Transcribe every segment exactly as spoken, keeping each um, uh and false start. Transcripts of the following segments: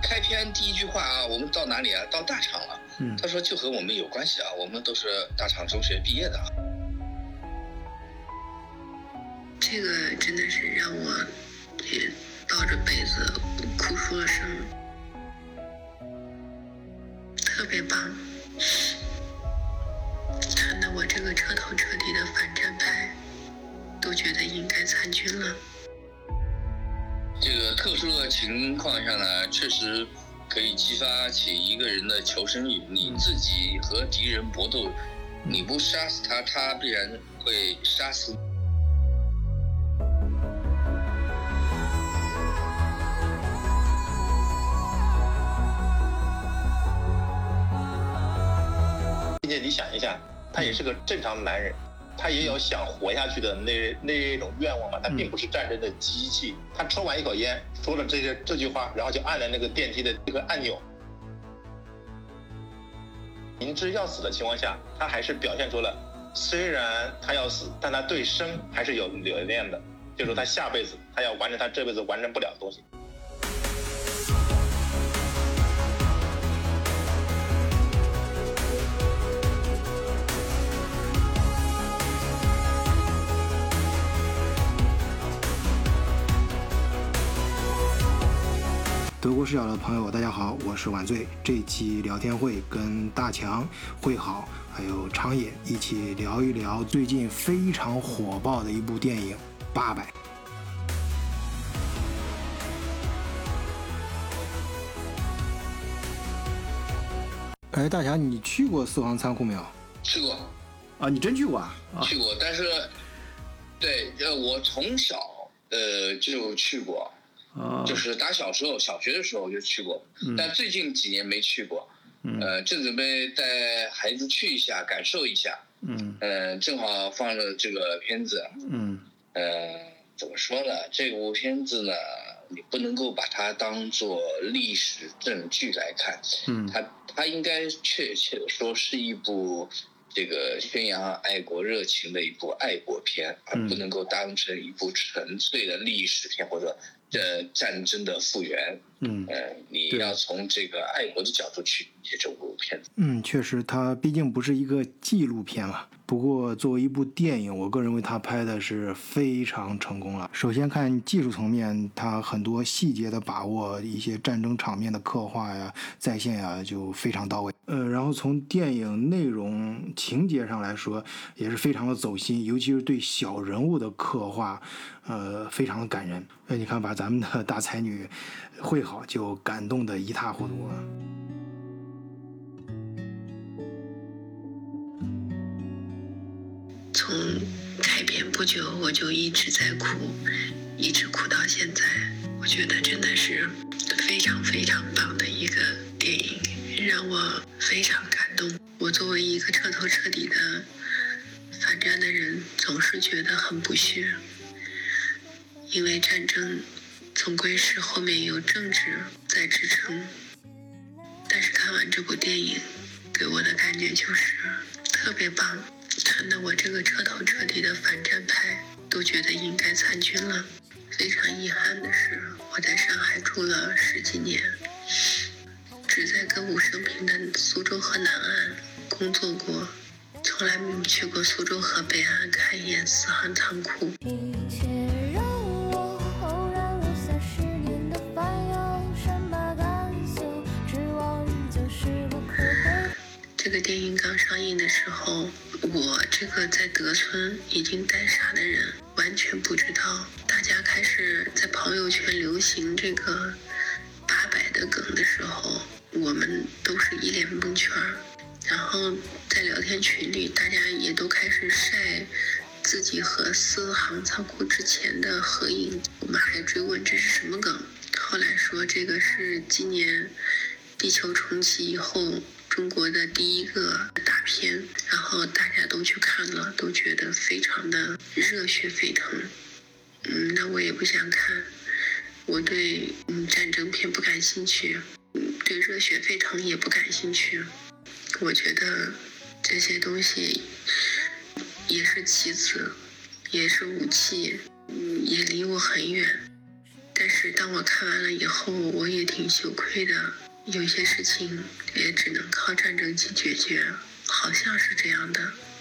开篇第一句话啊，我们到哪里啊？到大厂了。嗯，他说就和我们有关系啊，我们都是大厂中学毕业的。 这个真的是让我也抱着被子哭出了声，特别棒，看得我这个彻头彻底的反战派都觉得应该参军了。 这个特殊的情况下呢，确实可以激发起一个人的求生欲。你自己和敌人搏斗，你不杀死他，他必然会杀死你。 并且你想一下，他也是个正常的男人，他也有想活下去的那那种愿望嘛，他并不是战争的机器。他抽完一口烟，说了这些这句话，然后就按了那个电梯的这个按钮。明知要死的情况下，他还是表现出了，虽然他要死，但他对生还是有留恋的，就是说他下辈子他要完成他这辈子完成不了的东西。 德国视角的朋友大家好，我是晚醉。这期聊天会跟大强、会好还有长野一起聊一聊最近非常火爆的一部电影《八佰》。哎，大强，你去过四行仓库没有？ 去过啊，你真去过啊？啊去过，但是对，呃，我从小呃就去过。 啊、 就是打小时候小学的时候就去过、嗯、但最近几年没去过、嗯、呃，正准备带孩子去一下感受一下，嗯，呃，正好放了这个片子，嗯，呃，怎么说呢，这部片子呢你不能够把它当作历史证据来看，嗯，它它应该确切的说是一部这个宣扬爱国热情的一部爱国片，而不能够当成一部纯粹的历史片或者这战争的复原。嗯，呃，你要从这个爱国的角度去理解这部片子。 嗯，确实，它毕竟不是一个纪录片嘛。不过作为一部电影，我个人认为它拍的是非常成功了。首先看技术层面，它很多细节的把握，一些战争场面的刻画呀、再现呀，就非常到位。呃，然后从电影内容情节上来说，也是非常的走心，尤其是对小人物的刻画，呃，非常的感人。呃，你看，把咱们的大才女会好就感动得一塌糊涂啊。 从开篇不久我就一直在哭，一直哭到现在。我觉得真的是非常非常棒的一个电影，让我非常感动。我作为一个彻头彻底的反战的人，总是觉得很不屑，因为战争总归是后面有政治在支撑。但是看完这部电影给我的感觉就是特别棒，看得我这个彻头彻底的反战派都觉得应该参军了。非常遗憾的是，我在上海住了十几年，只在歌舞升平的苏州河南岸工作过，从来没有去过苏州河北岸看一眼四行仓库。这个电影刚上映的时候，我这个在德村已经待傻的人完全不知道，大家开始在朋友圈流行这个八佰的梗的时候，我们都是一脸蒙圈。然后在聊天群里，大家也都开始晒自己和四行仓库之前的合影，我们还追问这是什么梗，后来说这个是今年地球重启以后中国的第一个大片，然后大家都去看了，都觉得非常的热血沸腾。嗯，那我也不想看，我对嗯战争片不感兴趣，嗯，对热血沸腾也不感兴趣。我觉得这些东西也是棋子，也是武器，嗯，也离我很远。 但是当我看完了以后，我也挺羞愧的，有些事情也只能靠战争去解决，好像是这样的。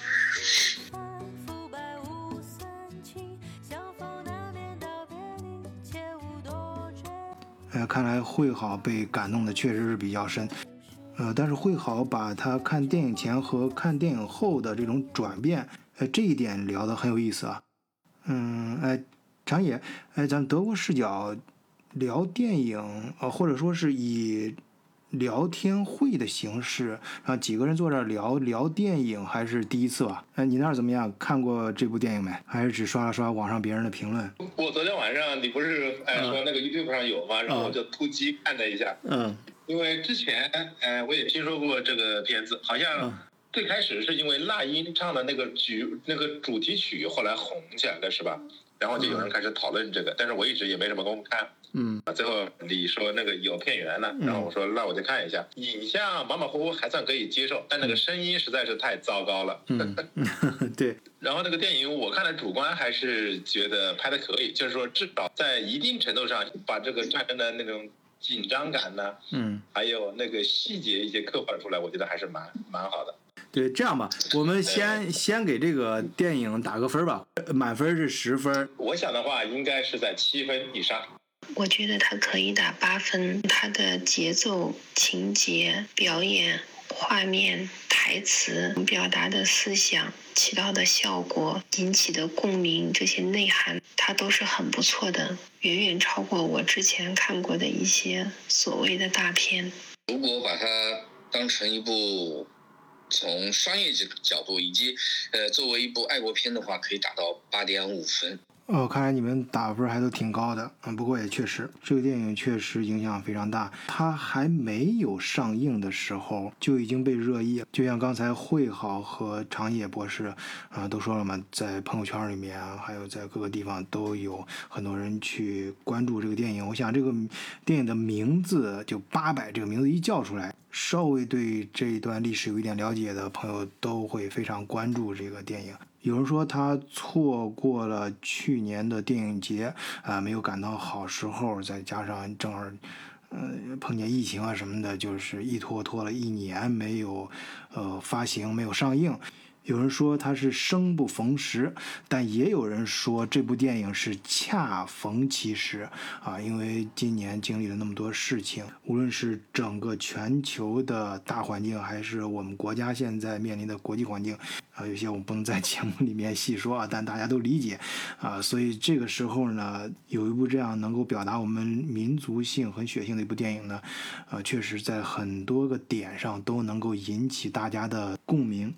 呃，看来慧好被感动的确实是比较深，呃，但是慧好把他看电影前和看电影后的这种转变，呃，这一点聊得很有意思啊。嗯，哎，长野，哎，咱德国视角聊电影，呃，或者说是以聊天会的形式，让几个人坐这儿聊聊电影，还是第一次吧？哎，你那儿怎么样？看过这部电影没？还是只刷了刷网上别人的评论？ 我昨天晚上你不是哎说那个 YouTube 上有吗？然后我就突击看了一下。嗯。因为之前哎我也听说过这个片子，好像最开始是因为那英唱的那个剧那个主题曲后来红起来了是吧？然后就有人开始讨论这个，但是我一直也没什么功夫看。嗯，最后你说那个有片源了，然后我说那我就看一下，影像马马虎虎还算可以接受，但那个声音实在是太糟糕了。嗯， 对。 然后那个电影我看的主观还是觉得拍的可以，就是说至少在一定程度上把这个战争的那种紧张感呢，嗯，还有那个细节一些刻画出来，我觉得还是蛮蛮好的。 对，这样吧，我们先先给这个电影打个分吧，满分是十分。 我想的话，应该是在七分以上。 我觉得它可以打八分，它的节奏、情节、表演、画面、台词、表达的思想、起到的效果、引起的共鸣，这些内涵，它都是很不错的，远远超过我之前看过的一些所谓的大片。 如果把它当成一部从商业角度以及呃作为一部爱国片的话，可以打到八点五分。 哦，看来你们打分还都挺高的，嗯，不过也确实，这个电影确实影响非常大。它还没有上映的时候就已经被热议，就像刚才慧好和长野博士啊、呃、都说了嘛，在朋友圈里面啊，还有在各个地方都有很多人去关注这个电影。我想这个电影的名字就八百这个名字一叫出来，稍微对这一段历史有一点了解的朋友都会非常关注这个电影。有人说他错过了去年的电影节啊、呃，没有赶到好时候，再加上正好呃碰见疫情啊什么的，就是一拖拖了一年没有呃发行，没有上映。有人说它是生不逢时，但也有人说这部电影是恰逢其时啊，因为今年经历了那么多事情，无论是整个全球的大环境，还是我们国家现在面临的国际环境啊，有些我们不能在节目里面细说啊，但大家都理解啊，所以这个时候呢，有一部这样能够表达我们民族性很血性的一部电影呢，呃，确实在很多个点上都能够引起大家的共鸣。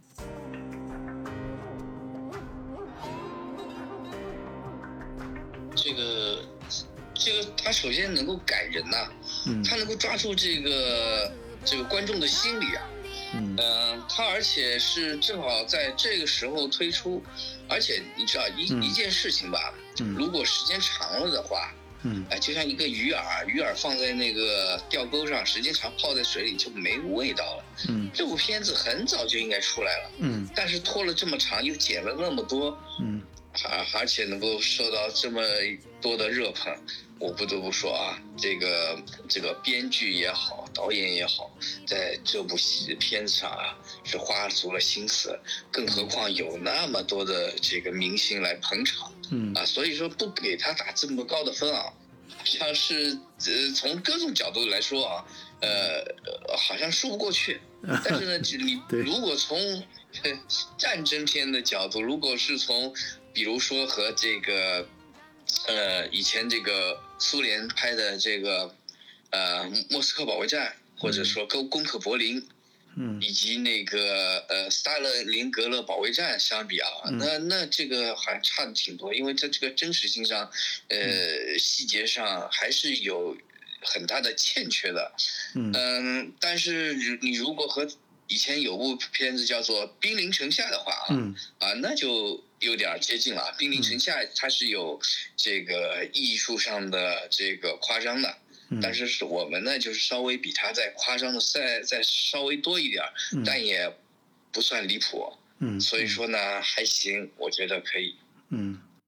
这个，这个他首先能够感人呐、啊，嗯，他能够抓住这个这个观众的心理啊，嗯，呃、他而且是正好在这个时候推出，而且你知道一、嗯、一件事情吧，嗯，如果时间长了的话，嗯，哎、呃，就像一个鱼饵，鱼饵放在那个钓钩上，时间长泡在水里就没味道了，嗯，这部片子很早就应该出来了，嗯，但是拖了这么长，又剪了那么多，嗯。而而且能够受到这么多的热捧，我不得不说啊，这个这个编剧也好，导演也好，在这部戏片子上啊是花足了心思，更何况有那么多的这个明星来捧场，嗯啊，所以说不给他打这么高的分啊，好像是呃从各种角度来说啊，呃好像说不过去。但是呢，你如果从战争片的角度，如果是从比如说和这个呃以前这个苏联拍的这个呃莫斯科保卫战，或者说攻攻克柏林，嗯，以及那个呃斯大林格勒保卫战相比啊，嗯、那那这个好像差的挺多，因为在这个真实性上，呃细节上还是有很大的欠缺的，嗯、呃，但是你如果和以前有部片子叫做《兵临城下》的话啊，嗯、啊那就有点接近了。《兵临城下》它是有这个艺术上的这个夸张的，嗯、但是是我们呢就是稍微比它再夸张的再再稍微多一点，嗯、但也不算离谱。嗯，所以说呢还行，我觉得可以。 嗯。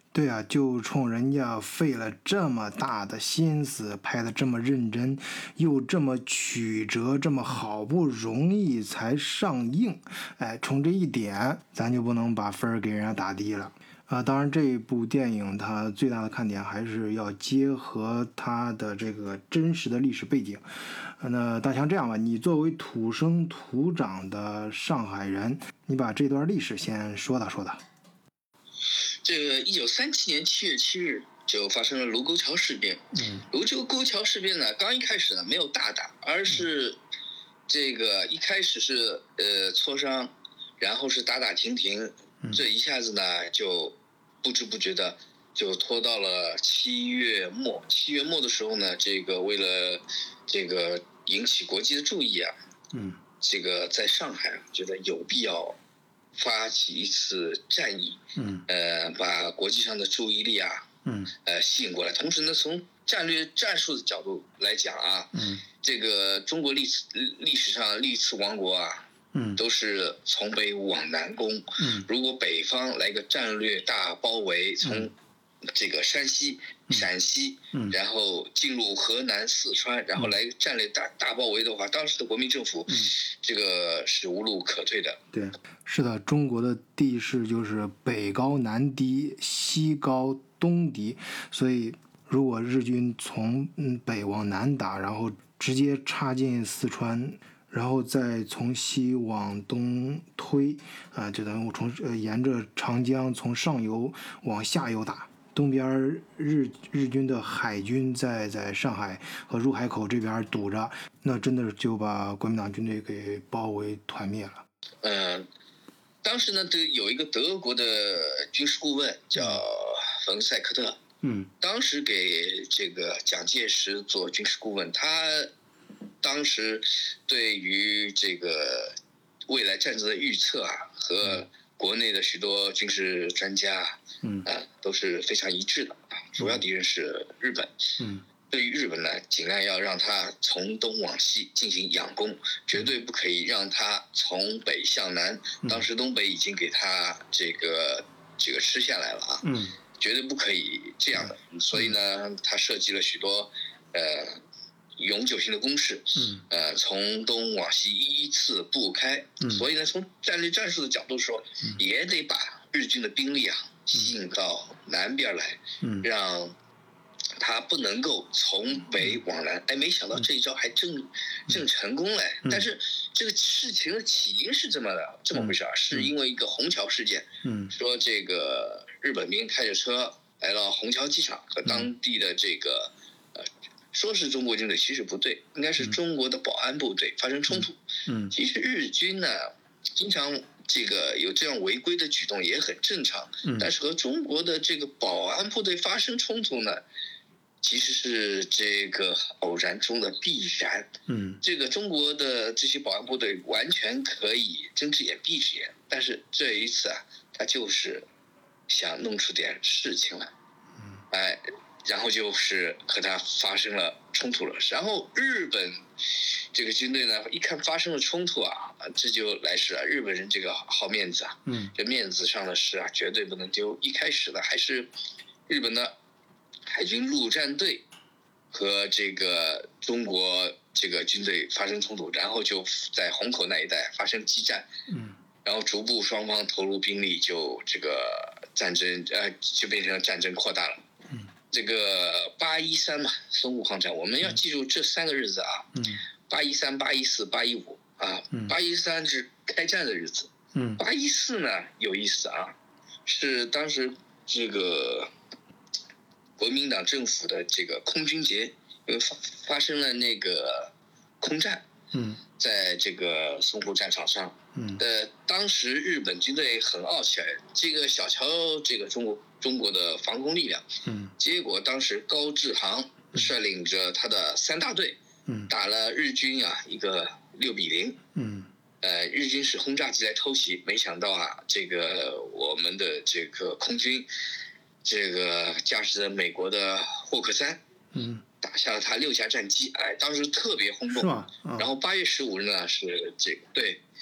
对啊，就冲人家费了这么大的心思，拍的这么认真，又这么曲折，这么好不容易才上映，哎，冲这一点，咱就不能把分儿给人家打低了。啊，当然这部电影它最大的看点还是要结合它的这个真实的历史背景。那大强这样吧，你作为土生土长的上海人，你把这段历史先说道说道。 这个一九三七年七月七日就发生了卢沟桥事变。嗯，卢沟桥事变呢，刚一开始呢没有大打，而是这个一开始是呃磋商，然后是打打停停，这一下子呢就不知不觉的就拖到了七月末。七月末的时候呢，这个为了这个引起国际的注意啊，嗯，这个在上海觉得有必要发起一次战役，嗯，呃，把国际上的注意力啊，嗯，呃，吸引过来。同时呢，从战略战术的角度来讲啊，嗯，这个中国历史历史上历次亡国啊，嗯，都是从北往南攻，嗯，如果北方来个战略大包围，从这个山西、陕西，嗯，然后进入河南、四川，然后来战略大大包围的话，当时的国民政府，嗯，这个是无路可退的。 对，是的，中国的地势就是北高南低，西高东低，所以如果日军从嗯北往南打，然后直接插进四川，然后再从西往东推，啊，就等于从呃沿着长江从上游往下游打。东边日日军的海军在在上海和入海口这边堵着，那真的就把国民党军队给包围团灭了。 嗯，当时呢，有一个德国的军事顾问叫冯塞克特，嗯，当时给这个蒋介石做军事顾问，他当时对于这个未来战争的预测啊，和国内的许多军事专家，嗯啊，都是非常一致的啊。主要敌人是日本，嗯，对于日本呢，尽量要让他从东往西进行佯攻，绝对不可以让他从北向南。当时东北已经给他这个这个吃下来了啊，嗯，绝对不可以这样的。所以呢，他设计了许多呃永久性的攻势，嗯，呃，从东往西依次布开。嗯，所以呢，从战略战术的角度说，嗯，也得把日军的兵力啊吸引到南边来，嗯，让他不能够从北往南。哎，没想到这一招还正正成功嘞！嗯，但是这个事情的起因是这么的这么回事啊，是因为一个虹桥事件。嗯，说这个日本兵开着车来到虹桥机场，和当地的这个呃。说是中国军队，其实不对，应该是中国的保安部队发生冲突。嗯，其实日军呢，经常这个有这样违规的举动也很正常。嗯，但是和中国的这个保安部队发生冲突呢，其实是这个偶然中的必然。嗯，这个中国的这些保安部队完全可以睁只眼闭只眼，但是这一次啊，他就是想弄出点事情来。嗯，哎。然后就是和他发生了冲突了，然后日本这个军队呢，一看发生了冲突啊，这就来事了。日本人这个好面子啊，嗯，这面子上的事啊，绝对不能丢。一开始呢，还是日本的海军陆战队和这个中国这个军队发生冲突，然后就在虹口那一带发生激战，嗯，然后逐步双方投入兵力，就这个战争呃就变成战争扩大了。这个八一三嘛，淞沪抗战，我们要记住这三个日子啊。嗯。八一三、八一四、八一五啊。嗯。八一三是开战的日子。嗯。八一四呢有意思啊，是当时这个国民党政府的这个空军节，因为发发生了那个空战。嗯。在这个淞沪战场上，嗯。呃，当时日本军队很傲气，这个小瞧这个中国。中国的防空力量，嗯，结果当时高志航率领着他的三大队，嗯，打了日军啊一个六比零，嗯，呃，日军是轰炸机来偷袭，没想到啊，这个我们的这个空军，这个驾驶着美国的霍克三，嗯，打下了他六架战机，哎，当时特别轰动，是吧？嗯、然后八月十五日呢是这个对。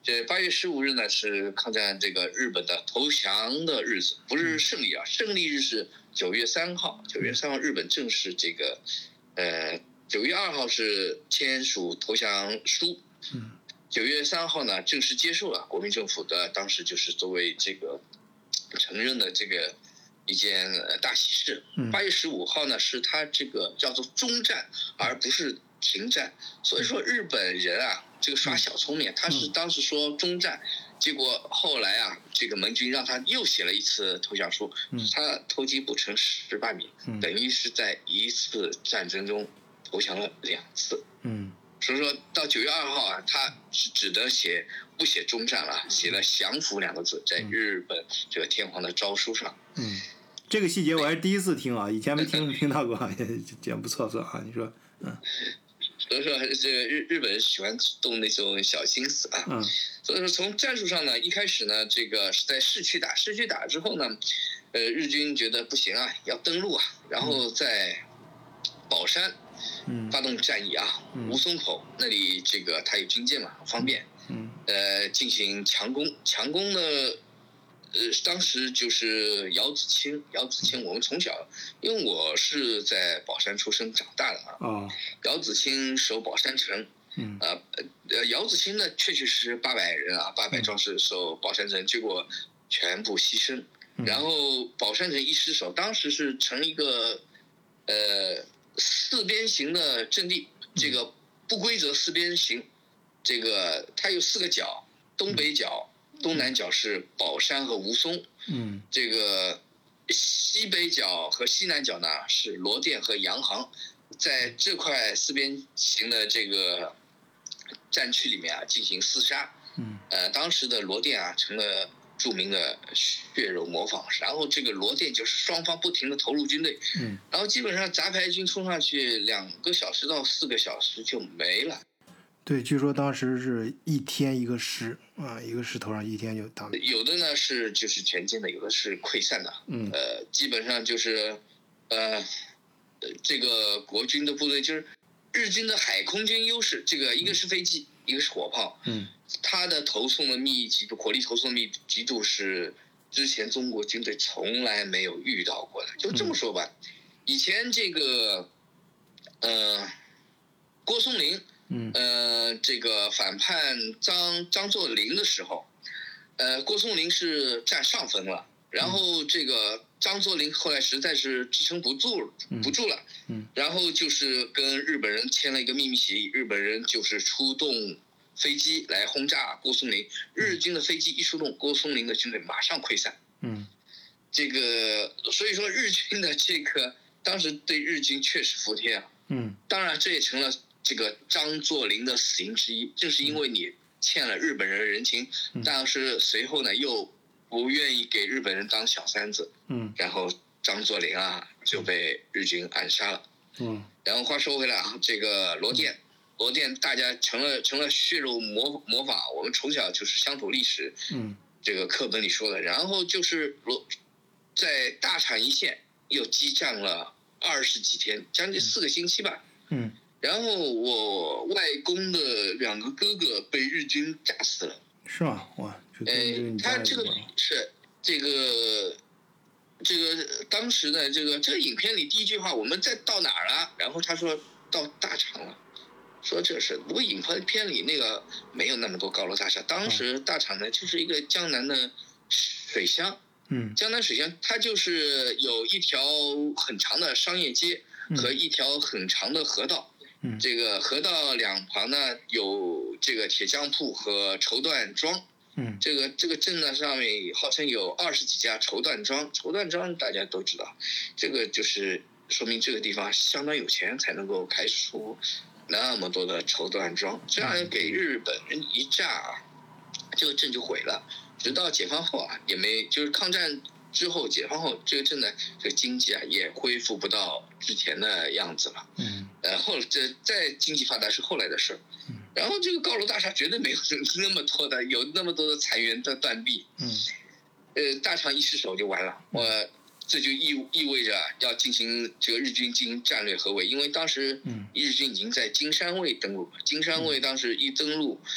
这八月十五日呢是抗战这个日本的投降的日子，不是胜利啊，胜利日是九月三号，九月三号日本正式这个，呃，九月二号是签署投降书， 嗯， 九月三号呢正式接受了国民政府的，当时就是作为这个承认的这个一件大喜事。八月十五号呢是他这个叫做终战，而不是停战，所以说日本人啊。这个耍小聪明，他是当时说终战，结果后来啊，这个盟军让他又写了一次投降书，他投机不成蚀把米，等于是在一次战争中投降了两次。 嗯， 所以说到九月二号啊，他是只得写不写终战了，写了降服两个字，在日本这个天皇的诏书上。 嗯，这个细节我还是第一次听啊，以前没听听到过，也不错错啊，你说，嗯。 所以说，这个日日本人喜欢动那种小心思啊。 嗯。 所以说，从战术上呢，一开始呢，这个是在市区打，市区打之后呢，呃，日军觉得不行啊，要登陆啊，然后在宝山， 嗯， 发动战役啊， 嗯、 吴淞口那里这个它有军舰嘛，方便， 嗯， 呃，进行强攻，强攻呢。呃，当时就是姚子青，姚子青，我们从小，因为我是在宝山出生长大的啊。 哦。 姚子青守宝山城， 嗯。 呃呃，姚子青呢，确确实实八百人啊，八百壮士守宝山城，结果全部牺牲。 嗯、 然后宝山城一失守，当时是成一个呃四边形的阵地，这个不规则四边形，这个它有四个角，东北角。东南角是宝山和吴淞， 嗯， 这个西北角和西南角呢是罗店和洋行，在这块四边形的这个战区里面啊进行厮杀， 嗯， 呃，当时的罗店啊成了著名的血肉模仿，然后这个罗店就是双方不停的投入军队， 嗯， 然后基本上杂牌军冲上去两个小时到四个小时就没了。 对，据说当时是一天一个师啊，一个师头上一天就打。 有的呢是就是全歼的，有的是溃散的。 嗯， 呃，基本上就是，呃，这个国军的部队就是日军的海空军优势，这个一个是飞机，一个是火炮。 嗯， 它的投送的密集度，火力投送密集度是之前中国军队从来没有遇到过的。就这么说吧，嗯、以前这个，呃，郭松龄。 嗯， 呃，这个反叛张张作霖的时候，呃，郭松龄是占上风了，然后这个张作霖后来实在是支撑不住不住了， 嗯， 然后就是跟日本人签了一个秘密协议，日本人就是出动飞机来轰炸郭松龄，日军的飞机一出动，郭松龄的军队马上溃散， 嗯， 这个所以说日军的这个当时对日军确实服帖啊， 嗯， 当然这也成了。这个张作霖的死因之一，正是因为你欠了日本人人情， 嗯、 但是随后呢又不愿意给日本人当小三子， 嗯， 然后张作霖啊就被日军暗杀了， 嗯， 然后话说回来啊，这个罗店，罗店大家成了成了血肉模模仿，我们从小就是乡土历史， 嗯， 这个课本里说的，然后就是罗在大厂一线又激战了二十几天，将近四个星期吧， 嗯。 然后我外公的两个哥哥被日军炸死了。 是吗？哇！ 呃，他这个是这个这个当时的这个这个影片里第一句话，我们在到哪儿了？然后他说到大厂了，说这是不过影片里那个没有那么多高楼大厦，当时大厂呢就是一个江南的水乡。 嗯， 江南水乡它就是有一条很长的商业街和一条很长的河道。 嗯， 这个河道两旁呢有这个铁匠铺和绸缎庄。 嗯， 这个这个镇呢上面号称有二十几家绸缎庄，绸缎庄大家都知道，这个就是说明这个地方相当有钱，才能够开出那么多的绸缎庄。这样给日本人一炸，这个镇就毁了。直到解放后啊，也没就是抗战之后解放后，这个镇呢这个经济啊也恢复不到之前的样子了。 嗯， 呃后这再经济发达是后来的事儿。然后这个高楼大厦绝对没有那么多的，有那么多的残垣的断壁。 嗯， 呃，大厂一失守就完了。我这就意意味着要进行这个日军进行战略合围，因为当时日军已经在金山卫登陆了。金山卫当时一登陆，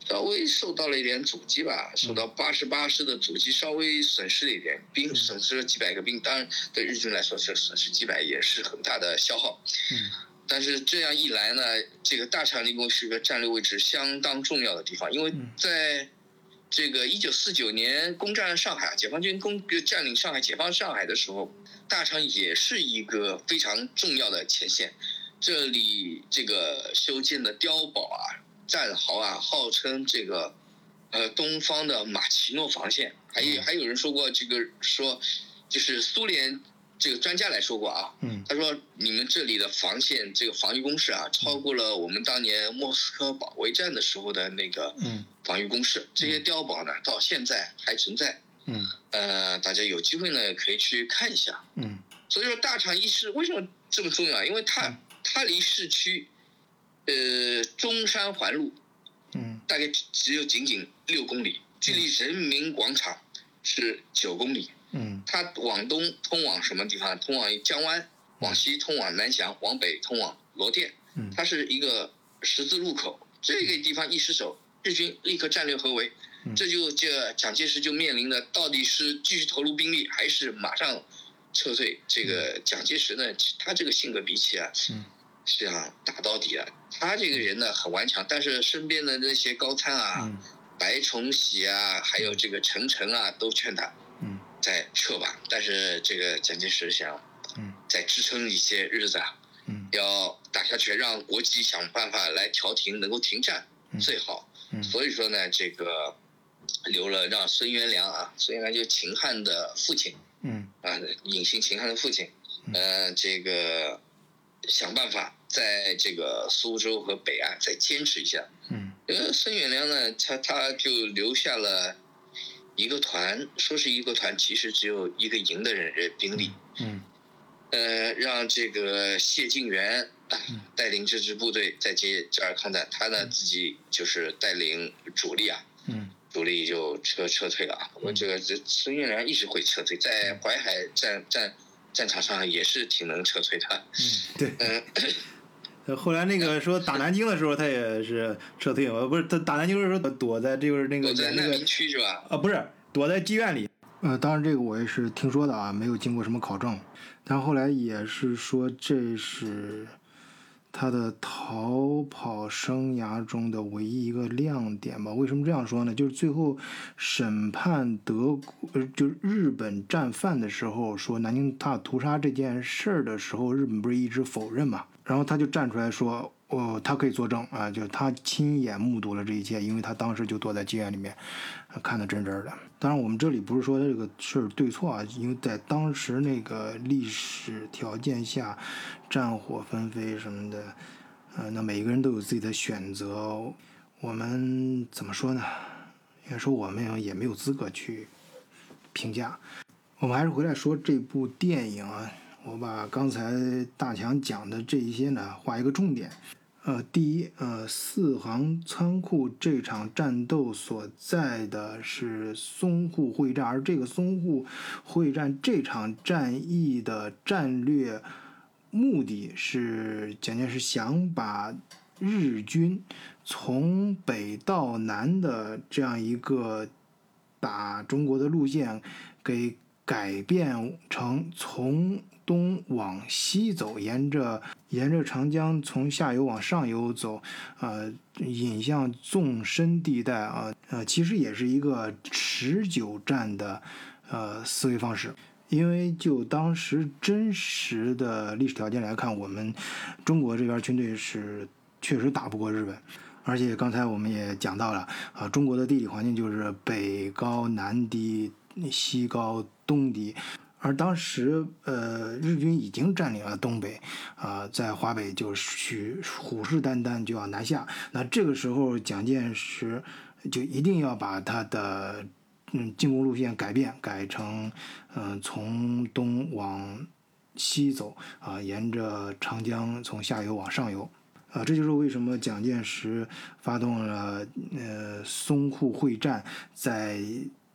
稍微受到了一点阻击吧，受到八十八师的阻击，稍微损失了一点兵，损失了几百个兵。当然，对日军来说，是损失几百也是很大的消耗。 嗯， 但是这样一来呢，这个大长立功是个战略位置相当重要的地方，因为在这个一九四九年攻占上海，解放军攻占领上海、解放上海的时候，大长也是一个非常重要的前线。这里这个修建的碉堡啊、战壕啊，号称这个呃东方的马奇诺防线。还有还有人说过，这个说就是苏联这个专家来说过啊，他说你们这里的防线这个防御工事啊，超过了我们当年莫斯科保卫战的时候的那个防御工事。这些碉堡呢，到现在还存在。 嗯， 呃，大家有机会呢可以去看一下。 嗯， 所以说大长一师为什么这么重要？因为它它离市区，呃，中山环路， 嗯， 大概只有仅仅六公里，距离人民广场是九公里。 嗯， 它往东通往什么地方？通往江湾，往西通往南翔，往北通往罗店。 嗯， 它是一个十字路口。这个地方一失守，日军立刻战略合围。这就这蒋介石就面临的到底是继续投入兵力，还是马上撤退？这个蒋介石呢，他这个性格脾气啊，是想打到底的。他这个人呢很顽强，但是身边的那些高参啊，白崇禧啊，还有这个陈诚啊，都劝他，再撤吧。但是这个蒋介石想，再支撑一些日子啊，要打下去，让国际想办法来调停，能够停战最好。所以说呢，这个留了让孙元良啊，孙元良就是秦汉的父亲， 嗯啊，隐姓秦汉的父亲，呃，这个想办法在这个苏州和北岸再坚持一下。 嗯， 呃，孙元良呢，他他就留下了一个团，说是一个团，其实只有一个营的人人兵力。 嗯， 呃，让这个谢晋元啊带领这支部队再接这儿抗战，他呢自己就是带领主力啊。 嗯。 主力就撤撤退了啊！我这个这孙元良一直会撤退，在淮海战战战场上也是挺能撤退的。 嗯，对。 嗯。 呃，后来那个说打南京的时候，他也是撤退嘛，不是他打南京的时候躲在就是那个躲在难民区是吧？ 啊，不是躲在妓院里。呃，当然这个我也是听说的啊，没有经过什么考证。但后来也是说这是他的逃跑生涯中的唯一一个亮点吧？为什么这样说呢？就是最后审判德国，呃，就是日本战犯的时候，说南京大屠杀这件事儿的时候，日本不是一直否认嘛？然后他就站出来说，哦，他可以作证啊，就是他亲眼目睹了这一切，因为他当时就躲在妓院里面，看得真真的。当然，我们这里不是说这个事儿对错啊，因为在当时那个历史条件下，战火纷飞什么的，呃，那每个人都有自己的选择。我们怎么说呢？应该说我们也没有资格去评价。我们还是回来说这部电影啊。我把刚才大强讲的这一些呢画一个重点。呃，第一，呃，四行仓库这场战斗所在的是淞沪会战，而这个淞沪会战这场战役的战略目的是蒋介石想把日军从北到南的这样一个打中国的路线给改变成从东往西走，沿着沿着长江从下游往上游走，呃，引向纵深地带啊，呃，其实也是一个持久战的呃思维方式。因为就当时真实的历史条件来看，我们中国这边军队是确实打不过日本。而且刚才我们也讲到了啊，中国的地理环境就是北高南低，西高东低。而当时，呃，日军已经占领了东北，啊、呃，在华北就许虎视眈眈就要南下。那这个时候，蒋介石就一定要把他的嗯进攻路线改变，改成嗯、呃、从东往西走啊、呃，沿着长江从下游往上游。啊、呃，这就是为什么蒋介石发动了呃淞沪会战，在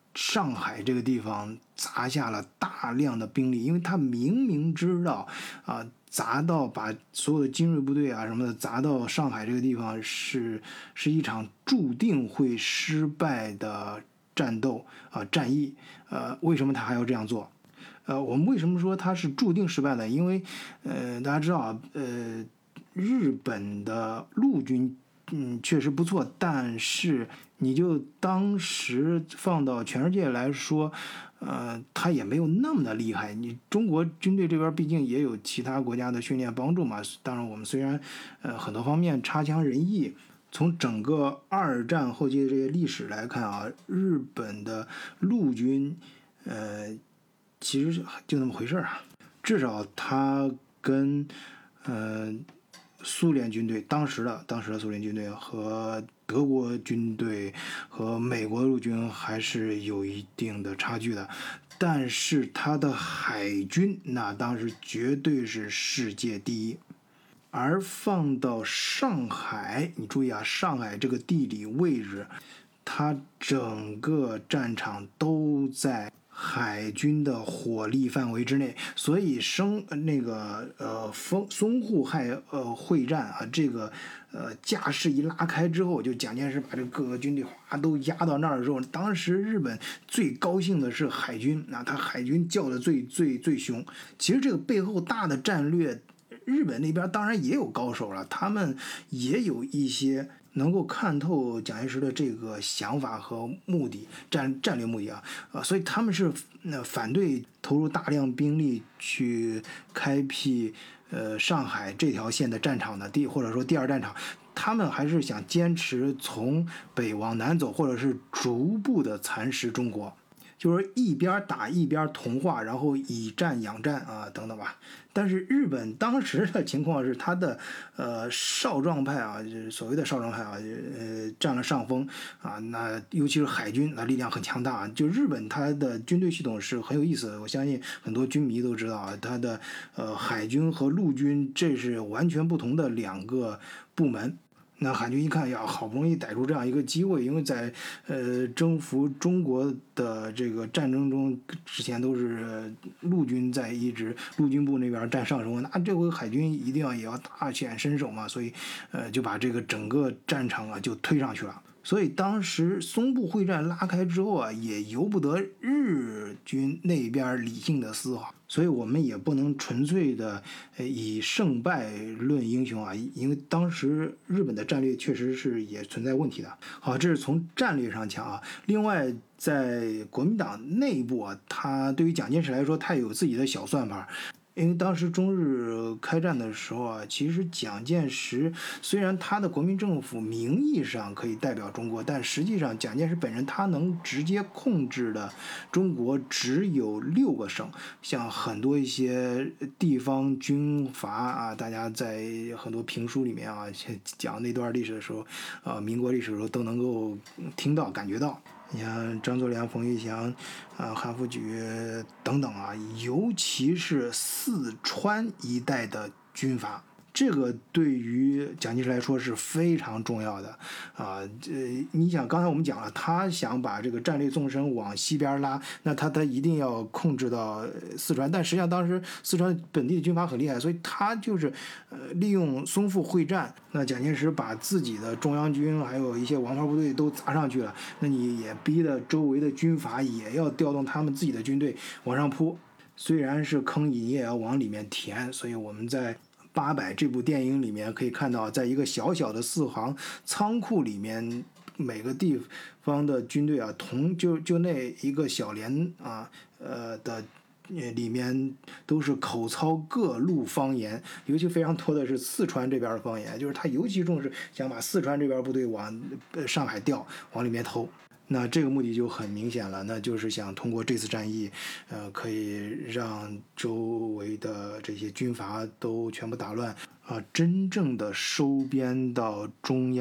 上海这个地方砸下了大量的兵力，因为他明明知道啊，砸到把所有的精锐部队啊什么的砸到上海这个地方是是一场注定会失败的战斗啊战役。呃，为什么他还要这样做？呃，我们为什么说他是注定失败的？因为呃，大家知道啊，呃，日本的陆军嗯确实不错，但是你就当时放到全世界来说，呃，他也没有那么的厉害。你中国军队这边毕竟也有其他国家的训练帮助嘛。当然，我们虽然呃很多方面差强人意，从整个二战后期的这些历史来看啊，日本的陆军呃其实就那么回事啊。至少他跟呃苏联军队当时的当时的苏联军队和德国军队和美国陆军还是有一定的差距的，但是他的海军那当时绝对是世界第一。而放到上海，你注意啊，上海这个地理位置，它整个战场都在海军的火力范围之内，所以生那个呃淞淞沪海呃会战啊，这个呃架势一拉开之后，就蒋介石把这各个军队哗都压到那儿的时候，当时日本最高兴的是海军，那他海军叫的最最最凶。其实这个背后大的战略，日本那边当然也有高手了，他们也有一些能够看透蒋介石的这个想法和目的战战略目的啊，呃，所以他们是呃反对投入大量兵力去开辟呃上海这条线的战场的第或者说第二战场，他们还是想坚持从北往南走，或者是逐步的蚕食中国。就是一边打一边同化，然后以战养战啊，等等吧。但是日本当时的情况是，他的呃少壮派啊，就是所谓的少壮派啊，呃占了上风啊。那尤其是海军，那力量很强大。就日本它的军队系统是很有意思的，我相信很多军迷都知道啊，它的呃海军和陆军这是完全不同的两个部门。那海军一看呀，好不容易逮住这样一个机会，因为在呃征服中国的这个战争中，之前都是陆军在一直陆军部那边占上风，那这回海军一定要也要大显身手嘛，所以呃就把这个整个战场啊就推上去了。所以当时淞沪会战拉开之后啊，也由不得日军那边理性的思考，所以我们也不能纯粹的以胜败论英雄啊，因为当时日本的战略确实是也存在问题的。好，这是从战略上讲啊。另外，在国民党内部啊，他对于蒋介石来说，他有自己的小算盘。因为当时中日开战的时候啊，其实蒋介石虽然他的国民政府名义上可以代表中国，但实际上蒋介石本人他能直接控制的中国只有六个省，像很多一些地方军阀啊，大家在很多评书里面啊讲那段历史的时候，呃，民国历史的时候都能够听到感觉到。你像张作良、冯玉祥、啊韩复榘等等啊，尤其是四川一带的军阀，这个对于蒋介石来说是非常重要的啊。这你想，刚才我们讲了，他想把这个战略纵深往西边拉，那他他一定要控制到四川，但实际上当时四川本地的军阀很厉害，所以他就是呃利用淞沪会战，那蒋介石把自己的中央军还有一些王牌部队都砸上去了，那你也逼得周围的军阀也要调动他们自己的军队往上扑，虽然是坑你也要往里面填，所以我们在八百这部电影里面可以看到，在一个小小的四行仓库里面，每个地方的军队啊，同就就那一个小连啊，呃的里面都是口操各路方言，尤其非常多的是四川这边的方言，就是他尤其重视想把四川这边部队往上海调，往里面投。那这个目的就很明显了，那就是想通过这次战役，呃，可以让周围的这些军阀都全部打乱啊，真正的收编到中央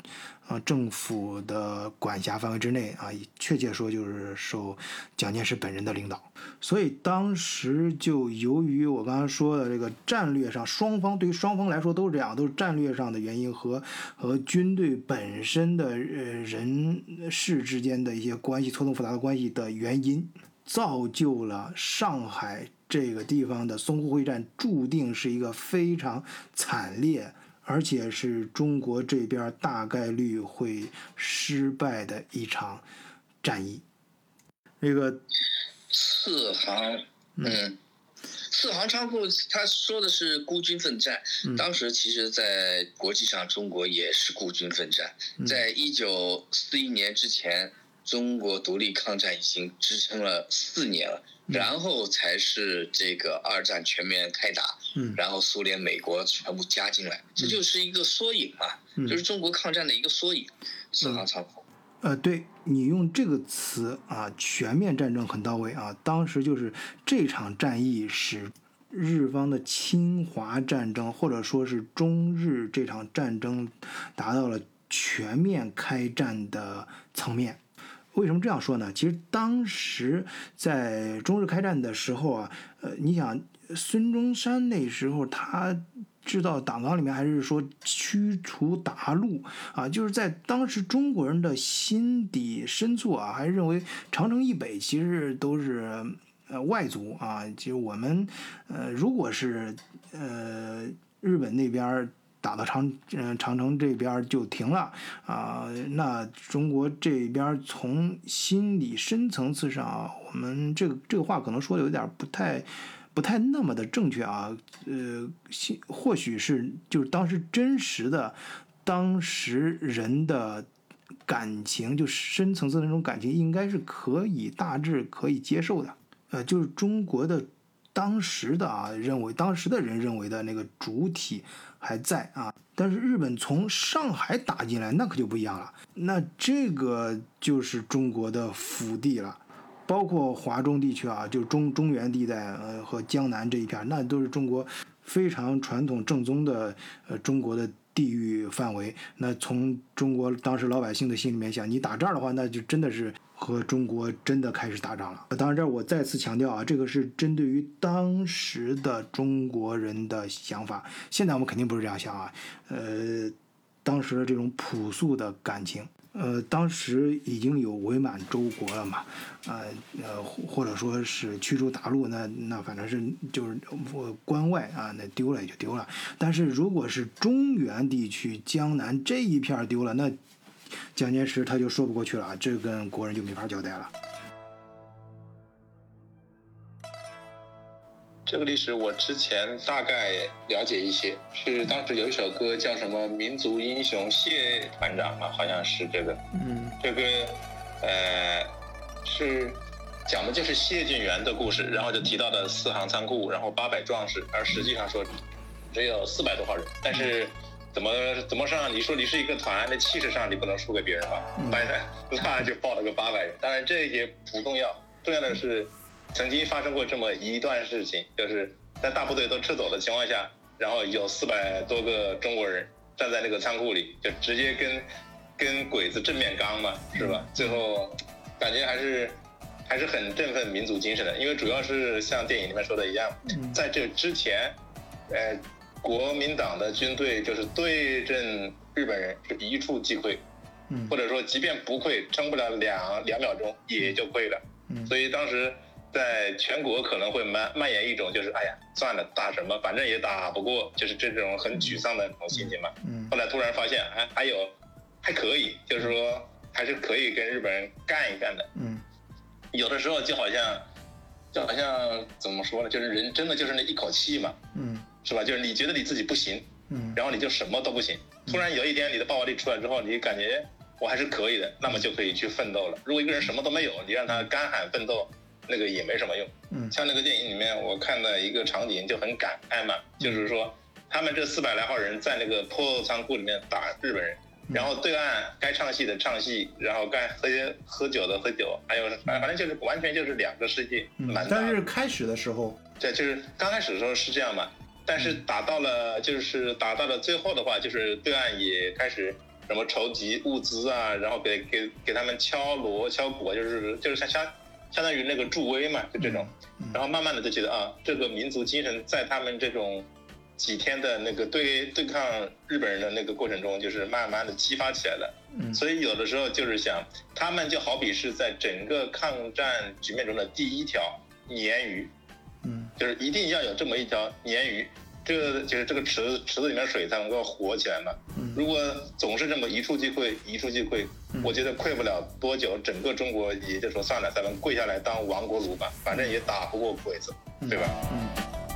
啊，政府的管辖范围之内啊，确切说就是受蒋介石本人的领导。所以当时就由于我刚才说的这个战略上，双方对于双方来说都是这样，都是战略上的原因和和军队本身的呃人事之间的一些关系错综复杂的关系的原因，造就了上海这个地方的淞沪会战注定是一个非常惨烈，而且是中国这边大概率会失败的一场战役。这个四行，嗯，四行仓库，他说的是孤军奋战。嗯、当时其实，在国际上，中国也是孤军奋战。嗯、在一九四一年之前，中国独立抗战已经支撑了四年了。然后才是这个二战全面开打，嗯，然后苏联、美国全部加进来，这就是一个缩影嘛，嗯、就是中国抗战的一个缩影。四行仓库， 呃，对你用这个词啊，全面战争很到位啊。当时就是这场战役使日方的侵华战争，或者说是中日这场战争，达到了全面开战的层面。为什么这样说呢？其实当时在中日开战的时候啊，呃，你想孙中山那时候他知道党纲里面还是说驱除鞑虏啊，就是在当时中国人的心底深处啊，还认为长城以北其实都是呃外族啊，就我们呃如果是呃日本那边打到长嗯、呃、长城这边就停了啊、呃，那中国这边从心理深层次上、啊，我们这个这个话可能说的有点不太不太那么的正确啊，呃，或许是就是当时真实的当时人的感情，就深层次的那种感情，应该是可以大致可以接受的，呃，就是中国的。当时的啊，认为当时的人认为的那个主体还在啊，但是日本从上海打进来，那可就不一样了。那这个就是中国的腹地了，包括华中地区啊，就中中原地带呃和江南这一片，那都是中国非常传统正宗的呃中国的地域范围。那从中国当时老百姓的心里面想，你打这儿的话，那就真的是。和中国真的开始打仗了。当然，这我再次强调啊，这个是针对于当时的中国人的想法。现在我们肯定不是这样想啊。呃，当时的这种朴素的感情，呃，当时已经有伪满洲国了嘛，呃呃，或者说是驱逐鞑虏，那那反正是就是关外啊，那丢了也就丢了。但是如果是中原地区、江南这一片丢了，那蒋介石他就说不过去了，这跟国人就没法交代了。 这个历史我之前大概了解一些，是当时有一首歌叫什么《民族英雄谢团长》嘛，好像是这个。嗯，这个呃是讲的就是谢晋元的故事，然后就提到了四行仓库，然后八百壮士，而实际上说只有四百多号人，但是。怎么怎么上？你说你是一个团，那气势上你不能输给别人吧？白的那就报了个八百人。当然这也不重要，重要的是曾经发生过这么一段事情，就是在大部队都撤走的情况下，然后有四百多个中国人站在那个仓库里，就直接跟跟鬼子正面刚嘛，是吧？最后感觉还是还是很振奋民族精神的，因为主要是像电影里面说的一样，在这之前，呃。国民党的军队就是对阵日本人是一触即溃，嗯，或者说即便不溃，撑不了两两秒钟也就溃了，嗯，所以当时在全国可能会蔓蔓延一种就是哎呀算了打什么反正也打不过，就是这种很沮丧的那种心情嘛，嗯，后来突然发现哎还有还可以，就是说还是可以跟日本人干一干的，嗯，有的时候就好像就好像怎么说呢，就是人真的就是那一口气嘛，嗯。是吧？就是你觉得你自己不行，嗯，然后你就什么都不行。突然有一天你的爆发力出来之后，你感觉我还是可以的，那么就可以去奋斗了。如果一个人什么都没有，你让他干喊奋斗，那个也没什么用。嗯，像那个电影里面我看的一个场景就很感慨嘛，就是说他们这四百来号人在那个破仓库里面打日本人，然后对岸该唱戏的唱戏，然后该喝喝酒的喝酒，还有反正就是完全就是两个世界，蛮大的。 但是开始的时候， 对，就是刚开始的时候是这样嘛。但是打到了，就是打到了最后的话，就是对岸也开始什么筹集物资啊，然后给给给他们敲锣敲鼓，就是就是相相相当于那个助威嘛，就这种。然后慢慢的就觉得啊，这个民族精神在他们这种几天的那个对对抗日本人的那个过程中，就是慢慢的激发起来了。所以有的时候就是想，他们就好比是在整个抗战局面中的第一条鲶鱼，嗯，就是一定要有这么一条鲶鱼，这个就是这个池子池子里面水才能够活起来嘛。如果总是这么一触即溃，一触即溃，我觉得溃不了多久，整个中国也就说算了，咱们跪下来当亡国奴吧，反正也打不过鬼子，对吧？嗯。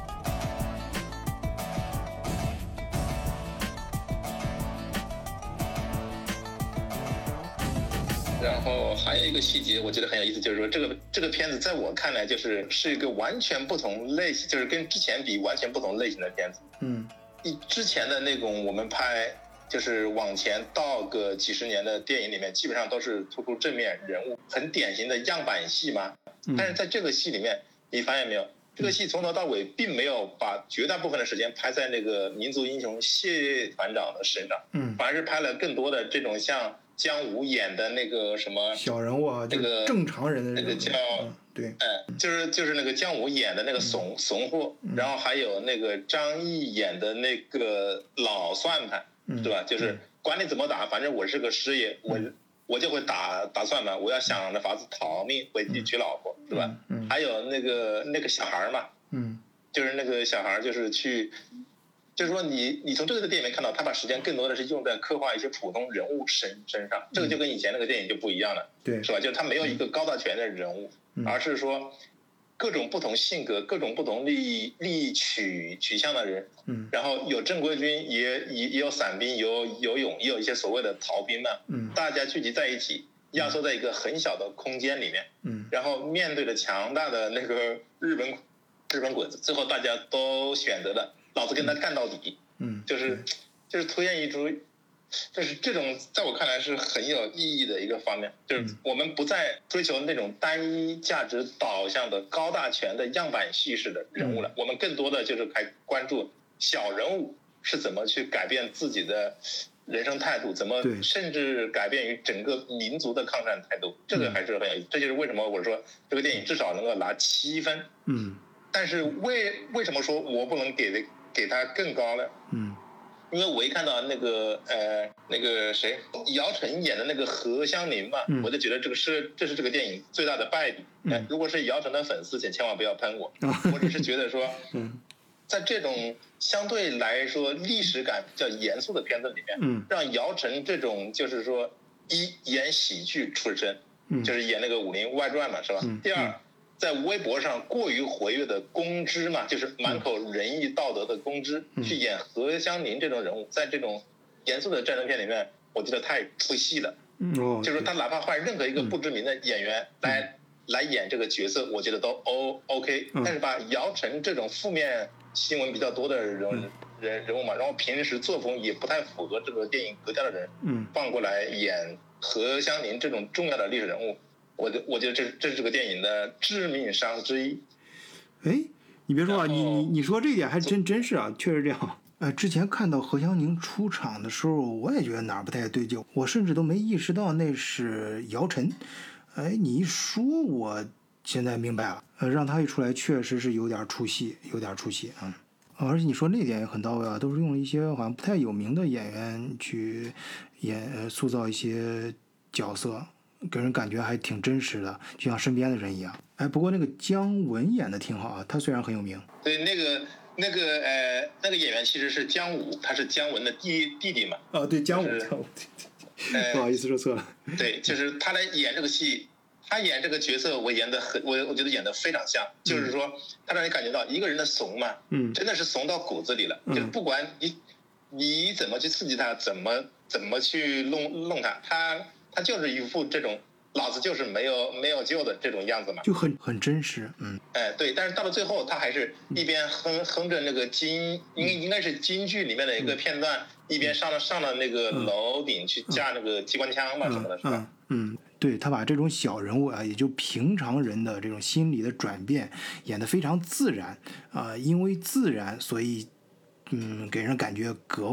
然后还有一个细节，我觉得很有意思，就是说这个这个片子在我看来，就是是一个完全不同类型，就是跟之前比完全不同类型的片子。嗯，之前的那种我们拍就是往前倒个几十年的电影里面，基本上都是突出正面人物，很典型的样板戏嘛。但是在这个戏里面，你发现没有？这个戏从头到尾并没有把绝大部分的时间拍在那个民族英雄谢团长的身上，嗯，反而是拍了更多的这种像姜武演的那个什么小人物啊，这个正常人的那个叫、 嗯、对， 哎，就是就是那个姜武演的那个怂、嗯、怂货、嗯，然后还有那个张译演的那个老算盘，嗯、对吧？就是管你怎么打，反正我是个师爷，我。嗯我就会打打算盘，我要想着法子逃命回去娶老婆，是吧？嗯，还有那个那个小孩嘛，嗯，就是那个小孩，就是去，就是说你你从这个电影里面看到，他把时间更多的是用在刻画一些普通人物身身上，这个就跟以前那个电影就不一样了，对，是吧？就是他没有一个高大全的人物，而是说各种不同性格、各种不同利益利益取取向的人，嗯，然后有正规军，也也也有散兵，有游泳，也有一些所谓的逃兵嘛，嗯，大家聚集在一起，压缩在一个很小的空间里面，嗯，然后面对着强大的那个日本日本鬼子，最后大家都选择了老子跟他干到底，嗯，就是就是推演一出。就是这种在我看来是很有意义的一个方面，就是我们不再追求那种单一价值导向的高大全的样板戏式的人物了，我们更多的就是还关注小人物是怎么去改变自己的人生态度，怎么甚至改变于整个民族的抗战态度，这个还是很有意思。这就是为什么我说这个电影至少能够拿七分，嗯，但是为为什么说我不能给给他更高呢？嗯。因为我一看到那个呃那个谁姚晨演的那个何香凝嘛、嗯，我就觉得这个是这是这个电影最大的败笔。嗯、如果是姚晨的粉丝，请千万不要喷我。嗯、我只是觉得说，嗯，在这种相对来说历史感比较严肃的片子里面，嗯，让姚晨这种就是说一演喜剧出身，嗯，就是演那个《武林外传》嘛，是吧？嗯、第二。在微博上过于活跃的公知嘛，就是满口仁义道德的公知、嗯、去演何香凝这种人物，在这种严肃的战争片里面，我觉得太出戏了。嗯、就是他哪怕换任何一个不知名的演员来、嗯、来演这个角色，我觉得都 O OK、嗯。但是把姚晨这种负面新闻比较多的人、嗯、人人物嘛，然后平时作风也不太符合这个电影格调的人，嗯，放过来演何香凝这种重要的历史人物。我觉我觉得这这是这个电影的致命伤之一。 哎，你别说啊，你你你说这一点还真真是啊，确实这样。呃，之前看到何香凝出场的时候，我也觉得哪儿不太对劲，我甚至都没意识到那是姚晨。哎，你一说，我现在明白了。呃，让他一出来，确实是有点出戏，有点出戏啊、嗯。而且你说那点也很到位啊，都是用了一些好像不太有名的演员去演呃塑造一些角色。给人感觉还挺真实的，就像身边的人一样。哎，不过那个姜文演的挺好啊，他虽然很有名。 对，那个那个呃那个演员其实是姜武，他是姜文的弟弟弟嘛。 哦，对，姜武，姜武，呃、不好意思说错了。 对，就是他来演这个戏，他演这个角色，我演的很，我我觉得演的非常像，嗯、就是说他让你感觉到一个人的怂嘛，嗯，真的是怂到骨子里了，嗯、就是不管你你怎么去刺激他，怎么怎么去弄弄他，他。他就是一副这种老子就是没有没有救的这种样子嘛， 就很很真实，嗯， 哎对，但是到了最后，他还是一边哼哼着那个京应应该是京剧里面的一个片段，嗯、一边上了上了那个楼顶去架那个机关枪嘛、嗯、什么的，是吧？ 嗯，对，他把这种小人物啊，也就平常人的这种心理的转变演得非常自然啊、呃，因为自然，所以嗯，给人感觉格外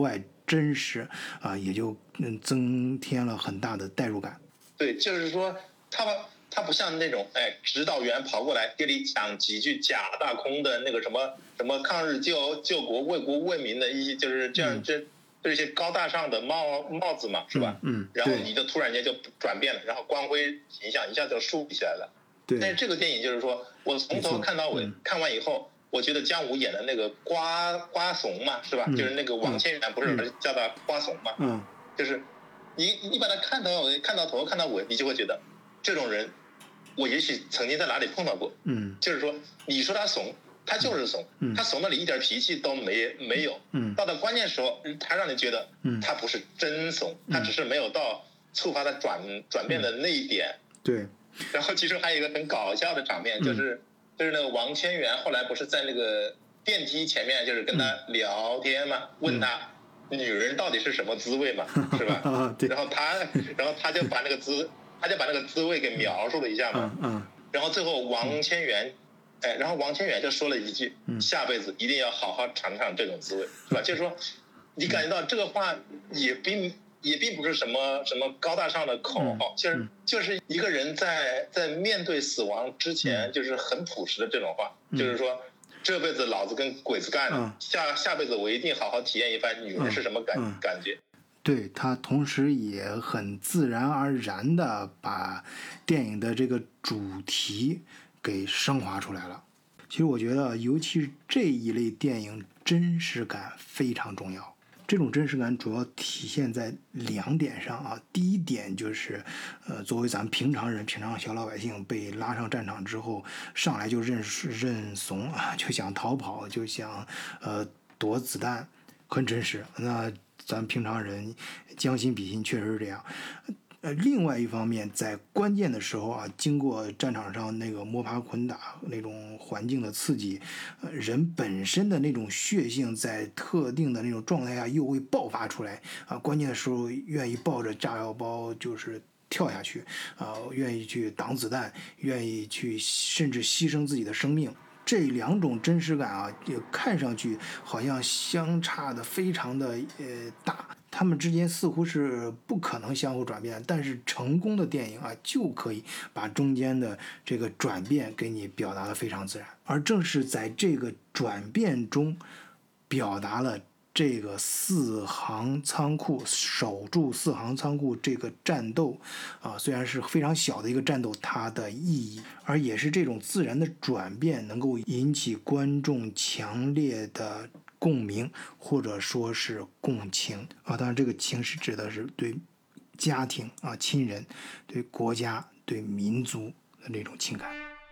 真实啊，也就嗯增添了很大的代入感。 对，就是说他他不像那种哎指导员跑过来给你讲几句假大空的那个什么什么抗日救救国为国为民的一些就是这样、嗯、这这些高大上的帽帽子嘛，是吧？ 嗯， 然后你就突然间就转变了，然后光辉形象一下就树立起来了。 对。 但是这个电影就是说我从头看到尾，嗯、看完以后。我觉得姜武演的那个瓜瓜怂嘛，是吧？嗯、就是那个王千源，不是叫他瓜怂嘛？ 嗯， 就是你你把他看到尾，看到头，看到尾，你就会觉得这种人，我也许曾经在哪里碰到过。 嗯， 就是说，你说他怂，他就是怂， 嗯、 他怂的你一点脾气都没没有。 嗯， 到了关键时候，他让你觉得，他不是真怂，嗯、他只是没有到触发他转转变的那一点。 嗯、对。 然后其实还有一个很搞笑的场面，就是。嗯就是那个王千源后来不是在那个电梯前面，就是跟他聊天嘛，嗯、问他女人到底是什么滋味嘛，嗯、是吧？ 啊、对。 然后他，然后他就把那个滋，他就把那个滋味给描述了一下嘛。 嗯。嗯然后最后王千源，嗯、哎，然后王千源就说了一句：“嗯、下辈子一定要好好尝尝这种滋味，是吧？”就是说，你感觉到这个话也并。也并不是什么什么高大上的口号，嗯、就是就是一个人在在面对死亡之前，就是很朴实的这种话，嗯、就是说这辈子老子跟鬼子干了，嗯、下下辈子我一定好好体验一番女人是什么感、嗯嗯、感觉。 对，他同时也很自然而然的把电影的这个主题给升华出来了。其实我觉得，尤其是这一类电影，真实感非常重要。这种真实感主要体现在两点上啊。第一点就是，呃，作为咱们平常人、平常小老百姓被拉上战场之后，上来就认认怂啊，就想逃跑，就想呃躲子弹，很真实。那咱平常人将心比心，确实是这样。呃，另外一方面，在关键的时候啊，经过战场上那个摸爬滚打那种环境的刺激，呃，人本身的那种血性在特定的那种状态下又会爆发出来啊。关键的时候，愿意抱着炸药包就是跳下去啊，愿意去挡子弹，愿意去甚至牺牲自己的生命。这两种真实感啊，就看上去好像相差的非常的呃大，他们之间似乎是不可能相互转变，但是成功的电影啊，就可以把中间的这个转变给你表达的非常自然，而正是在这个转变中，表达了这个四行仓库守住四行仓库这个战斗啊，虽然是非常小的一个战斗，它的意义，而也是这种自然的转变能够引起观众强烈的共鸣，或者说是共情啊。当然，这个情是指的是对家庭啊、亲人、对国家、对民族的那种情感。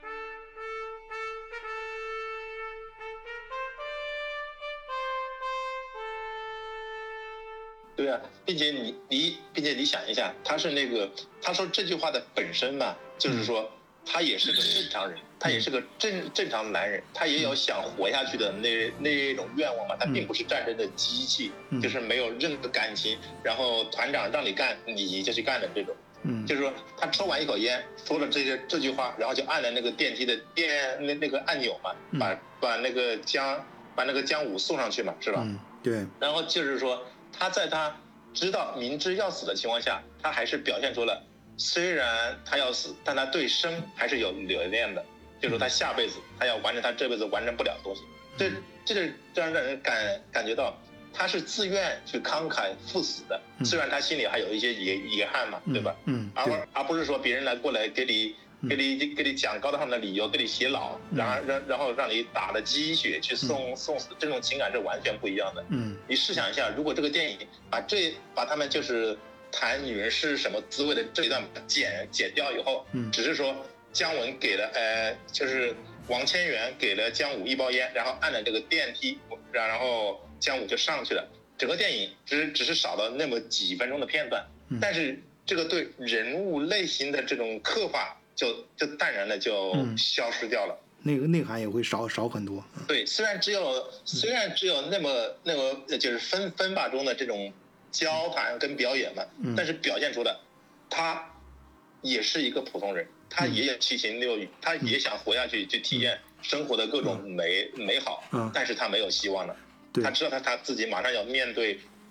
对啊，并且你你，并且你想一下，他是那个他说这句话的本身嘛，就是说他也是个正常人，他也是个正正常的男人，他也有想活下去的那那种愿望嘛，他并不是战争的机器，就是没有任何感情，然后团长让你干你就去干的这种。嗯，就是说他抽完一口烟，说了这些这句话，然后就按了那个电梯的电那那个按钮嘛，把把那个姜把那个姜武送上去嘛，是吧？ 嗯，对。然后就是说他在他知道明知要死的情况下，他还是表现出了虽然他要死，但他对生还是有留恋的，就是说他下辈子他要完成他这辈子完成不了的东西。这这个这样让人感感觉到。他是自愿去慷慨赴死的，虽然他心里还有一些遗遗憾嘛，对吧？ 嗯， 而而不是说别人来过来给你给你给你讲高大上的理由，给你洗脑，然后让然后让你打了鸡血去送送死，这种情感是完全不一样的。 嗯， 你试想一下，如果这个电影把这把他们就是谈女人是什么滋味的这一段剪剪掉以后，嗯，只是说姜文给了呃就是王千源给了姜武一包烟，然后按了这个电梯，然后姜武就上去了。整个电影只只是少了那么几分钟的片段，嗯、但是这个对人物类型的这种刻画就就淡然的就消失掉了。 嗯、那个内涵也会少少很多。 对，虽然只有虽然只有那么那么就是分分把钟的这种交谈跟表演嘛，嗯、但是表现出了他也是一个普通人，他也有七情六欲，他也想活下去，去体验生活的各种美、嗯、美好，嗯、但是他没有希望了。他知道他他自己马上要面对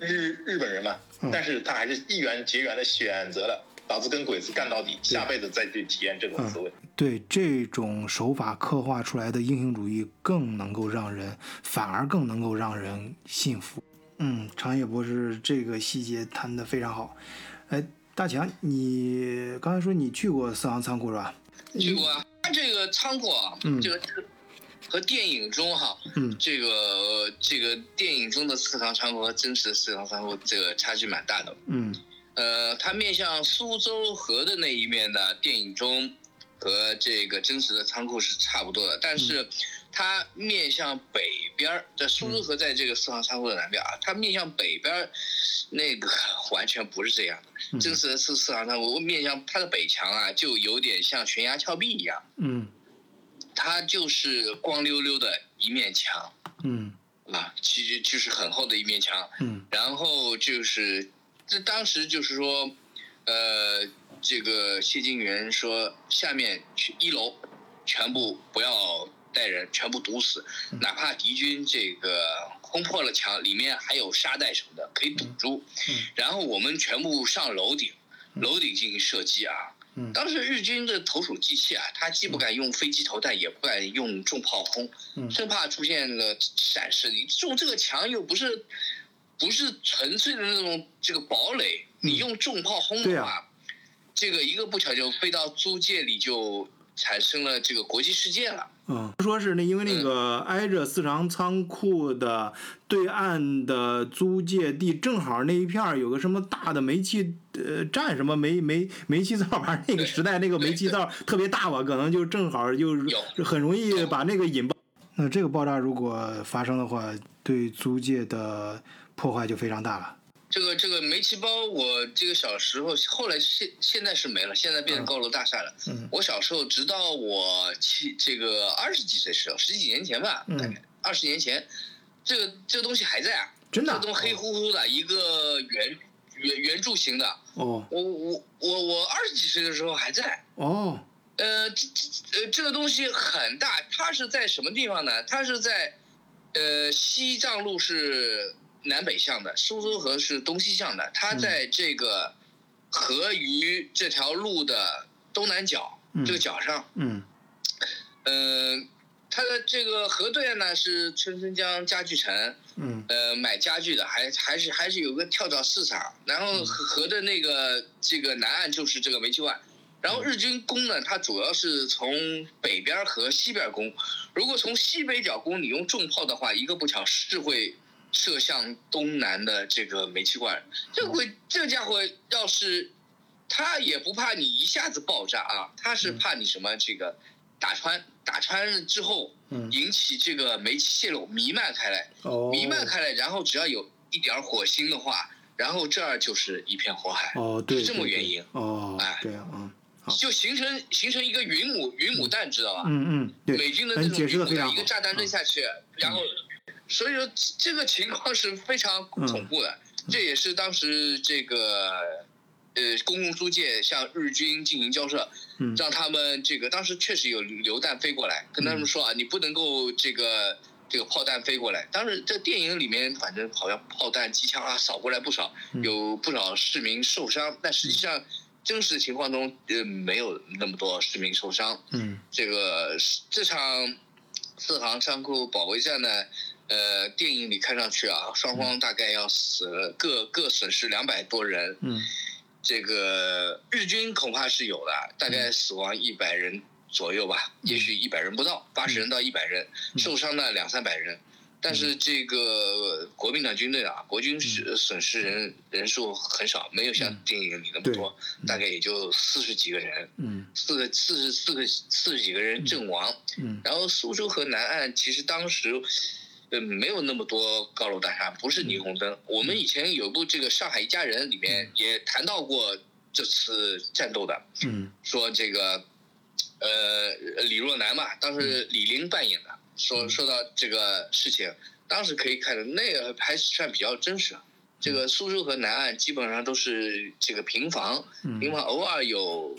日日本人嘛，但是他还是一元结缘的选择了老子跟鬼子干到底，下辈子再去体验这种滋味。 嗯、对，这种手法刻画出来的英雄主义更能够让人，反而更能够让人信服。嗯，长野博士这个细节谈得非常好。哎，大强，你刚才说你去过四行仓库是吧？ 去过啊。它这个仓库啊，嗯、这个这个和电影中哈，嗯，这个这个电影中的四行仓库和真实的四行仓库这个差距蛮大的。 嗯， 呃，它面向苏州河的那一面的电影中和这个真实的仓库是差不多的，但是它面向北边，在苏州河在这个四行仓库的南边啊，它面向北边那个完全不是这样的。真实的四四行仓库面向它的北墙啊，就有点像悬崖峭壁一样。 嗯， 它就是光溜溜的一面墙。 嗯， 啊，其实就是很厚的一面墙。 嗯， 然后就是这当时就是说，呃，这个谢晋元说下面一楼全部不要带人，全部堵死，哪怕敌军这个轰破了墙，里面还有沙袋什么的可以堵住。 嗯， 然后我们全部上楼顶，楼顶进行射击啊。 嗯， 当时日军的投鼠忌器啊，他既不敢用飞机投弹，也不敢用重炮轰，生怕出现了闪失。你中这个墙又不是不是纯粹的那种这个堡垒，你用重炮轰的话，这个一个不巧就飞到租界里，就产生了这个国际事件了。 嗯，说是那因为那个挨着四行仓库的对岸的租界地，正好那一片有个什么大的煤气呃站，什么煤煤煤气灶，反正那个时代那个煤气灶特别大吧，可能就正好就很容易把那个引爆。那这个爆炸如果发生的话，对租界的破坏就非常大了。 这个这个煤气包，我这个小时候，后来现现在是没了，现在变成高楼大厦了。嗯，我小时候，直到我七这个二十几岁时候，十几年前吧，大概二十年前，这个这个东西还在啊， 真的， 这东黑乎乎的一个圆圆圆柱形的。 哦， 我我我我二十几岁的时候还在。 哦， 呃，这这呃这个东西很大，它是在什么地方呢？它是在呃西藏路是南北向的，苏州河是东西向的，它在这个河鱼这条路的东南角，嗯、这个角上， 嗯， 呃，它的这个河对岸呢是春生江家具城， 嗯， 呃，买家具的，还还是还是有个跳蚤市场，然后河的那个这个南岸就是这个煤气湾，然后日军攻呢，它主要是从北边和西边攻，如果从西北角攻，你用重炮的话，一个不巧是会射向东南的这个煤气罐，这回这家伙要是他也不怕你一下子爆炸啊，他是怕你什么这个打穿打穿了之后引起这个煤气泄漏弥漫开来，弥漫开来，然后只要有一点火星的话，然后这儿就是一片火海。 哦，对， 是这么原因。 哦， 哎， 这样啊。 就形成形成一个云母云母弹，知道吧？ 嗯嗯，对， 美军的那种云母弹，一个炸弹扔下去，然后。所以说这个情况是非常恐怖的，嗯、这也是当时这个呃公共租界向日军进行交涉，嗯、让他们这个当时确实有榴弹飞过来，跟他们说啊，你不能够这个这个炮弹飞过来。当时这电影里面反正好像炮弹机枪啊扫过来不少，有不少市民受伤，但实际上真实情况中呃没有那么多市民受伤。 嗯， 这个这场四行仓库保卫战呢。呃，电影里看上去啊，双方大概要死了各各损失两百多人。 嗯， 这个日军恐怕是有的，大概死亡一百人左右吧，嗯、也许一百人不到，八十人到一百人，嗯、受伤呢两三百人。但是这个国民党军队啊，国军损失人人数很少，没有像电影里那么多，嗯、大概也就四十几个人。嗯，四个四十四个四十几个人阵亡。嗯，然后苏州河南岸其实当时。呃，没有那么多高楼大厦，不是霓虹灯。我们以前有部这个《上海一家人》里面也谈到过这次战斗的，嗯，说这个，呃，李若男嘛，当时李玲扮演的，说说到这个事情，当时可以看到那个还算比较真实。这个苏州河南岸基本上都是这个平房，平房偶尔有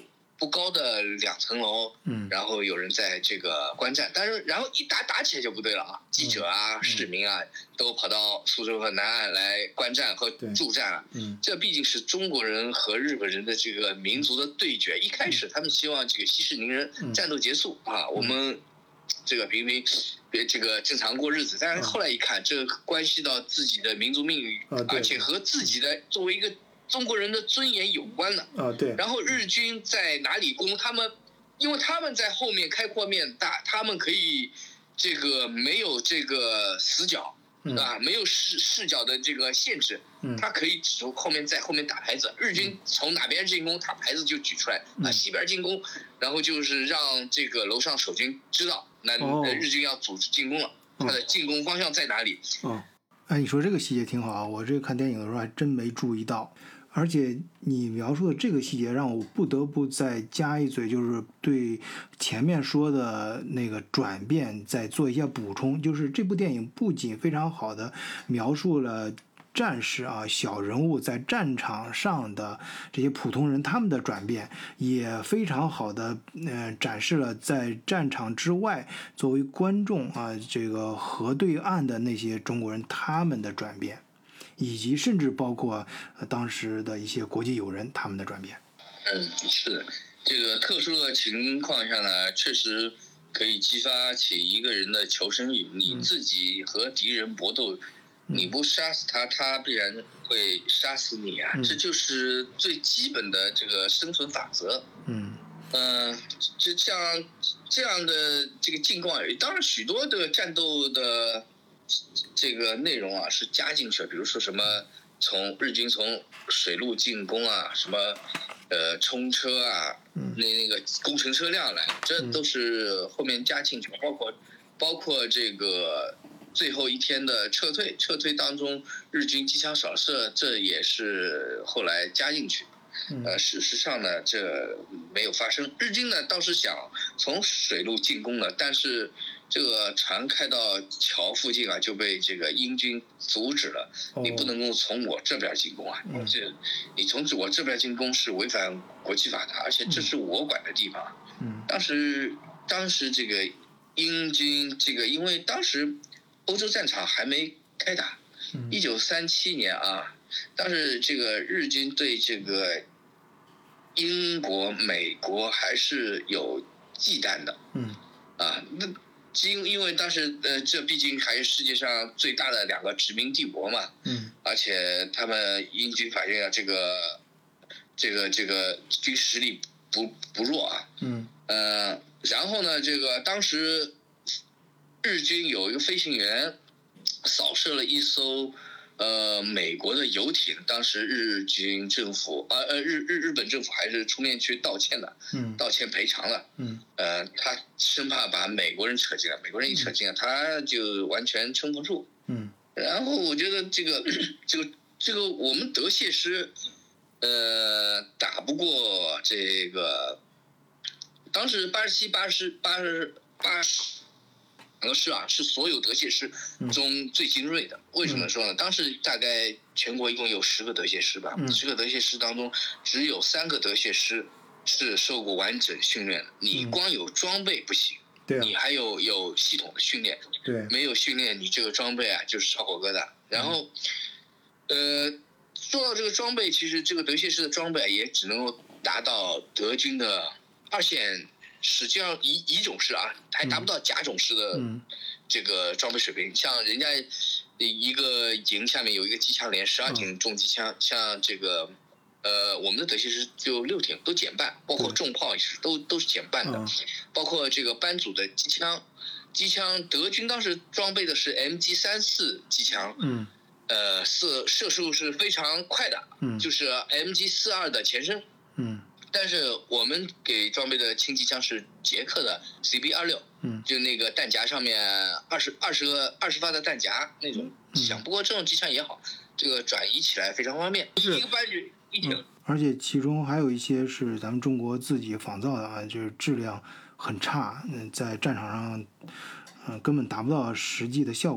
不高的两层楼， 嗯， 然后有人在这个观战，但是然后一打打起来就不对了啊，记者啊、 嗯、 市民啊都跑到苏州和南岸来观战和助战了， 嗯， 这毕竟是中国人和日本人的这个民族的对决，一开始他们希望这个息事宁人， 嗯、 战斗结束啊，我们这个平平别这个正常过日子，但是后来一看，这关系到自己的民族命运， 啊、 而且和自己的作为一个中国人的尊严有关的啊，对。然后日军在哪里攻，他们因为他们在后面开阔面大，他们可以这个没有这个死角， 嗯、 啊，没有视视角的这个限制， 嗯， 他可以从后面在后面打牌子。日军从哪边进攻，他牌子就举出来， 嗯、 啊，西边进攻，然后就是让这个楼上守军知道，那、 哦、 日军要组织进攻了，他的进攻方向在哪里？ 哦，哎，你说这个细节挺好啊，我这个看电影的时候还真没注意到。而且你描述的这个细节让我不得不再加一嘴，就是对前面说的那个转变再做一些补充。就是这部电影不仅非常好的描述了战士啊小人物在战场上的这些普通人他们的转变，也非常好的呃展示了在战场之外作为观众啊这个河对岸的那些中国人他们的转变。以及甚至包括、呃、当时的一些国际友人他们的转变。 嗯，是的，这个特殊的情况下呢，确实可以激发起一个人的求生欲。你自己和敌人搏斗，嗯、你不杀死他，他必然会杀死你啊！ 嗯、 这就是最基本的这个生存法则。 嗯嗯，就像这样的这个境况，当然许多的战斗的。这个内容啊是加进去了，比如说什么从日军从水路进攻啊，什么呃冲车啊， 嗯、 那那个工程车辆来，这都是后面加进去了，包括包括这个最后一天的撤退，撤退当中日军机枪扫射，这也是后来加进去。呃，事实上呢，这没有发生。日军呢倒是想从水路进攻了，但是这个船开到桥附近啊，就被这个英军阻止了。你不能够从我这边进攻啊！ 嗯、 这你从我这边进攻是违反国际法的，而且这是我管的地方。 嗯， 当时当时这个英军这个，因为当时欧洲战场还没开打，一九三七年啊。但是这个日军对这个英国、美国还是有忌惮的， 嗯， 啊，那因因为当时呃，这毕竟还是世界上最大的两个殖民帝国嘛， 嗯， 而且他们英军反正啊，这个这个这个军实力不不弱啊， 嗯， 呃，然后呢，这个当时日军有一个飞行员扫射了一艘。呃，美国的游艇，当时日军政府，呃呃，日日日本政府还是出面去道歉的， 嗯， 道歉赔偿了， 嗯， 呃，他生怕把美国人扯进来，美国人一扯进来，他就完全撑不住， 嗯， 然后我觉得这个这个这个我们德械师，呃，打不过这个，当时八十七、八十八十八十。两个师啊，是所有德械师中最精锐的。为什么说呢？当时大概全国一共有十个德械师吧，十个德械师当中，只有三个德械师是受过完整训练的。你光有装备不行， 对、 你还有有系统的训练， 对， 没有训练，你这个装备啊就是烧火疙瘩。然后，呃，说到这个装备，其实这个德械师的装备也只能够达到德军的二线。实际上乙乙种师啊，还达不到甲种师的这个装备水平。嗯、像人家一个营下面有一个机枪连，十二挺重机枪，嗯、像这个呃我们的德械师就六挺，都减半，包括重炮也是都都是减半的，嗯、包括这个班组的机枪，机枪德军当时装备的是 M G 三四机枪， 嗯， 呃射射速是非常快的， 嗯， 就是 M G 四二的前身， 嗯。 但是我们给装备的轻机枪是捷克的 C B 二六， 嗯， 就那个弹夹上面二十二十个二十发的弹夹那种机枪。不过这种机枪也好，这个转移起来非常方便，一个班局一挺、嗯。 而且其中还有一些是咱们中国自己仿造的啊，就是质量很差，嗯，在战场上，嗯、呃，根本达不到实际的效果。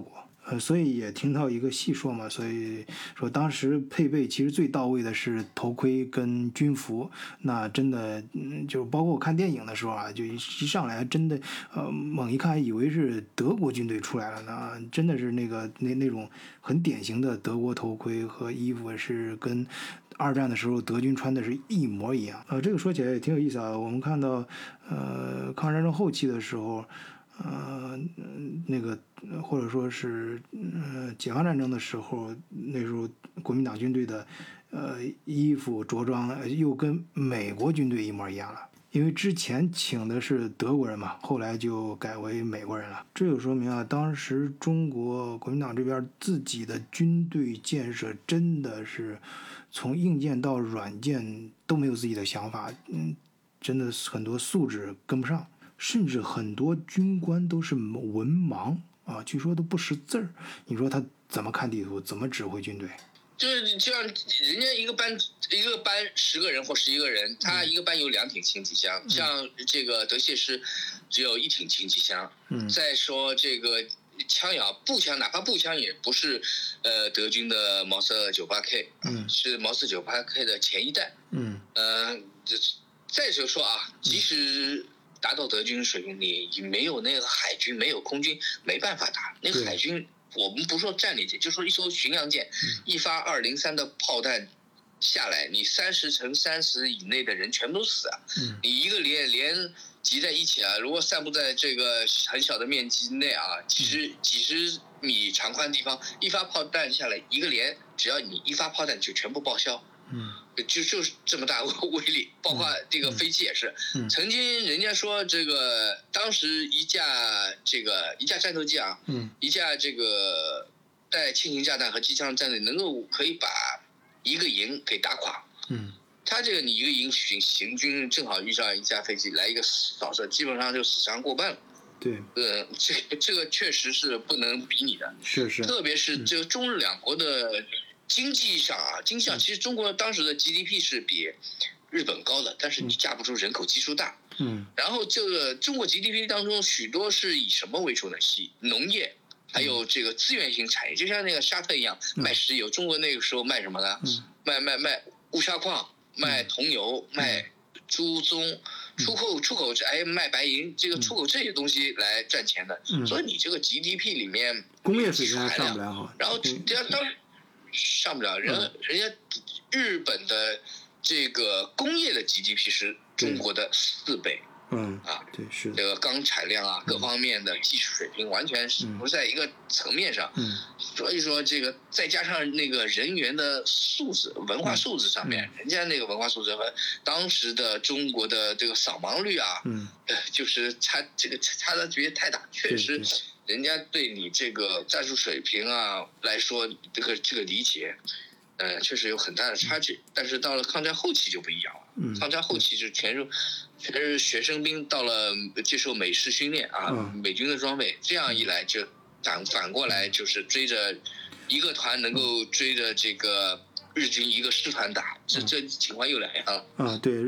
呃，所以也听到一个细说嘛，所以说当时配备其实最到位的是头盔跟军服，那真的，嗯，就包括我看电影的时候啊，就一一上来真的，呃，猛一看还以为是德国军队出来了呢，真的是那个那那种很典型的德国头盔和衣服是跟二战的时候德军穿的是一模一样。呃，这个说起来也挺有意思啊，我们看到，呃，抗日战争后期的时候。呃，那个或者说是呃解放战争的时候，那时候国民党军队的呃衣服着装又跟美国军队一模一样了，因为之前请的是德国人嘛，后来就改为美国人了。这就说明啊，当时中国国民党这边自己的军队建设真的是从硬件到软件都没有自己的想法，嗯，真的很多素质跟不上。甚至很多军官都是文盲啊，据说都不识字儿。你说他怎么看地图，怎么指挥军队？ 就是这样，人家一个班一个班十个人或十一个人，他一个班有两挺轻机枪，嗯、像这个德械师只有一挺轻机枪。嗯。再说这个枪也步枪，哪怕步枪也不是呃德军的毛瑟 九八 K， 嗯，是毛瑟 九八 K 的前一代。嗯。呃，再者说啊，即使达到德军水平，你没有那个海军，没有空军，没办法打。那个海军，我们不说战列舰，就说一艘巡洋舰，嗯、一发二零三的炮弹下来，你三十乘三十以内的人全部都死啊！嗯、你一个连连集在一起啊，如果散布在这个很小的面积内啊，几十几十米长宽地方，一发炮弹下来，一个连，只要你一发炮弹就全部报销。嗯。就就是这么大威力，包括这个飞机也是。嗯嗯、曾经人家说这个，当时一架这个一架战斗机啊，嗯、一架这个带轻型炸弹和机枪战斗能够可以把一个营给打垮。嗯，他这个你一个营行行军正好遇上一架飞机来一个扫射，基本上就死伤过半了。 对， 呃，这这个确实是不能比拟的。 是是， 特别是这个中日两国的。经济上啊，经济上其实中国当时的 G D P 是比日本高的，但是你架不住人口基数大。嗯。然后这个中国 G D P 当中许多是以什么为主呢？以农业，还有这个资源型产业，就像那个沙特一样卖石油。中国那个时候卖什么呢？嗯、卖卖卖乌沙矿，卖铜油，嗯、卖猪棕，出口出口哎卖白银，这个出口这些东西来赚钱的。嗯、所以你这个 G D P 里面工业水平上不了。 然后这样当。上不了人，嗯、人家日本的这个工业的 G D P 是中国的四倍， 嗯啊， 对，是这个钢产量啊，嗯、各方面的技术水平完全是不在一个层面上，嗯，所以说这个再加上那个人员的素质、文化素质上面，嗯、人家那个文化素质和当时的中国的这个扫盲率啊，嗯，呃，就是差这个差的别太大，确实。人家对你这个战术水平啊来说，这个这个理解，呃，确实有很大的差距。但是到了抗战后期就不一样了。嗯、抗战后期就全是全是学生兵，到了接受美式训练啊，嗯、美军的装备，这样一来就反反过来就是追着一个团能够追着这个日军一个师团打，这这情况又两样了。 啊，对。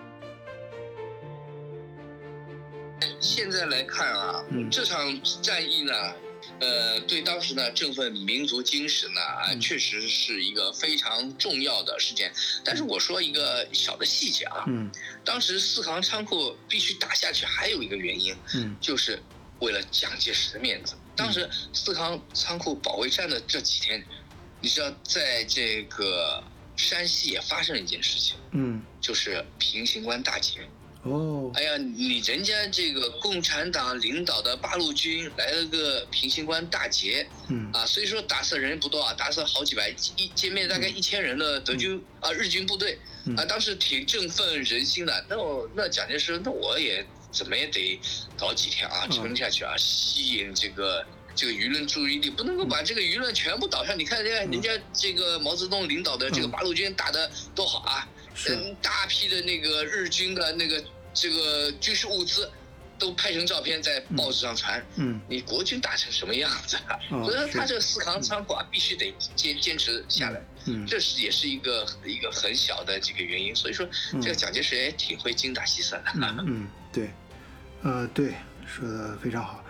现在来看啊，嗯、这场战役呢，呃，对当时呢振奋民族精神呢，嗯、确实是一个非常重要的事件。但是我说一个小的细节啊，嗯、当时四行仓库必须打下去，还有一个原因，嗯、就是为了蒋介石的面子。当时四行仓库保卫战的这几天，你知道，在这个山西也发生了一件事情，嗯，就是平型关大捷。哦，哎呀，你人家这个共产党领导的八路军来了个平型关大捷，嗯啊，所以说打死人不多啊，打死好几百，一歼灭大概一千人的德军、嗯、啊日军部队，啊，当时挺振奋人心的。那我那蒋介石，那我也怎么也得搞几天啊，撑下去啊，吸引这个这个舆论注意力，不能够把这个舆论全部导向。你看人家人家这个毛泽东领导的这个八路军打得多好啊！嗯，大批的那个日军的那个这个军事物资都拍成照片在报纸上传。嗯，你国军打成什么样子啊？哦、所以说他这个四行仓库啊，必须得坚坚持下来。嗯，这是也是一个一个很小的这个原因。所以说，这个蒋介石也挺会精打细算的。 嗯，嗯对，呃，对，说的非常好。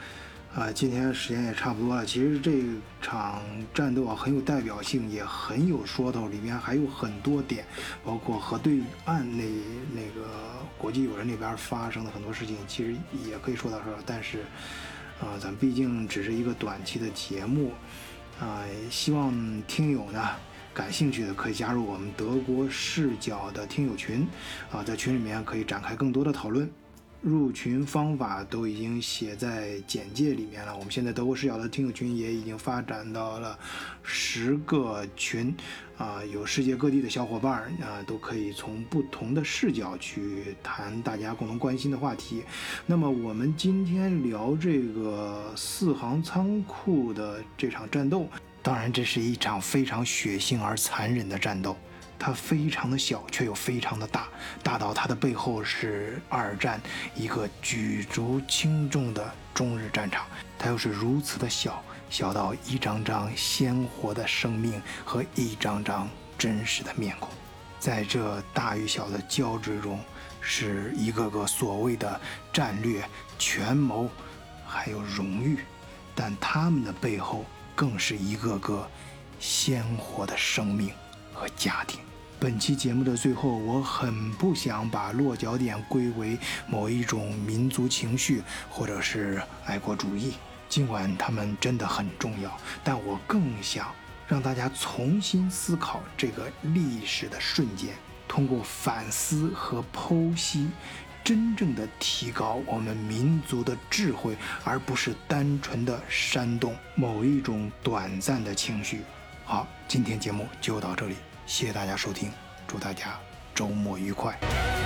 啊，今天时间也差不多了。其实这场战斗啊很有代表性，也很有说头，里面还有很多点，包括河对岸那那个国际友人那边发生的很多事情，其实也可以说到这儿。但是，啊、呃，咱毕竟只是一个短期的节目，啊、呃，希望听友呢感兴趣的可以加入我们德国视角的听友群，啊、呃，在群里面可以展开更多的讨论。入群方法都已经写在简介里面了。我们现在德国视角的听友群也已经发展到了十个群，啊、呃，有世界各地的小伙伴啊、呃，都可以从不同的视角去谈大家共同关心的话题。那么我们今天聊这个四行仓库的这场战斗，当然这是一场非常血腥而残忍的战斗。它非常的小，却又非常的大，大到它的背后是二战一个举足轻重的中日战场，它又是如此的小，小到一张张鲜活的生命和一张张真实的面孔，在这大与小的交织中，是一个个所谓的战略、权谋，还有荣誉，但他们的背后更是一个个鲜活的生命和家庭。本期节目的最后，我很不想把落脚点归为某一种民族情绪或者是爱国主义，尽管他们真的很重要，但我更想让大家重新思考这个历史的瞬间，通过反思和剖析，真正的提高我们民族的智慧，而不是单纯的煽动某一种短暂的情绪。好，今天节目就到这里，谢谢大家收听，祝大家周末愉快。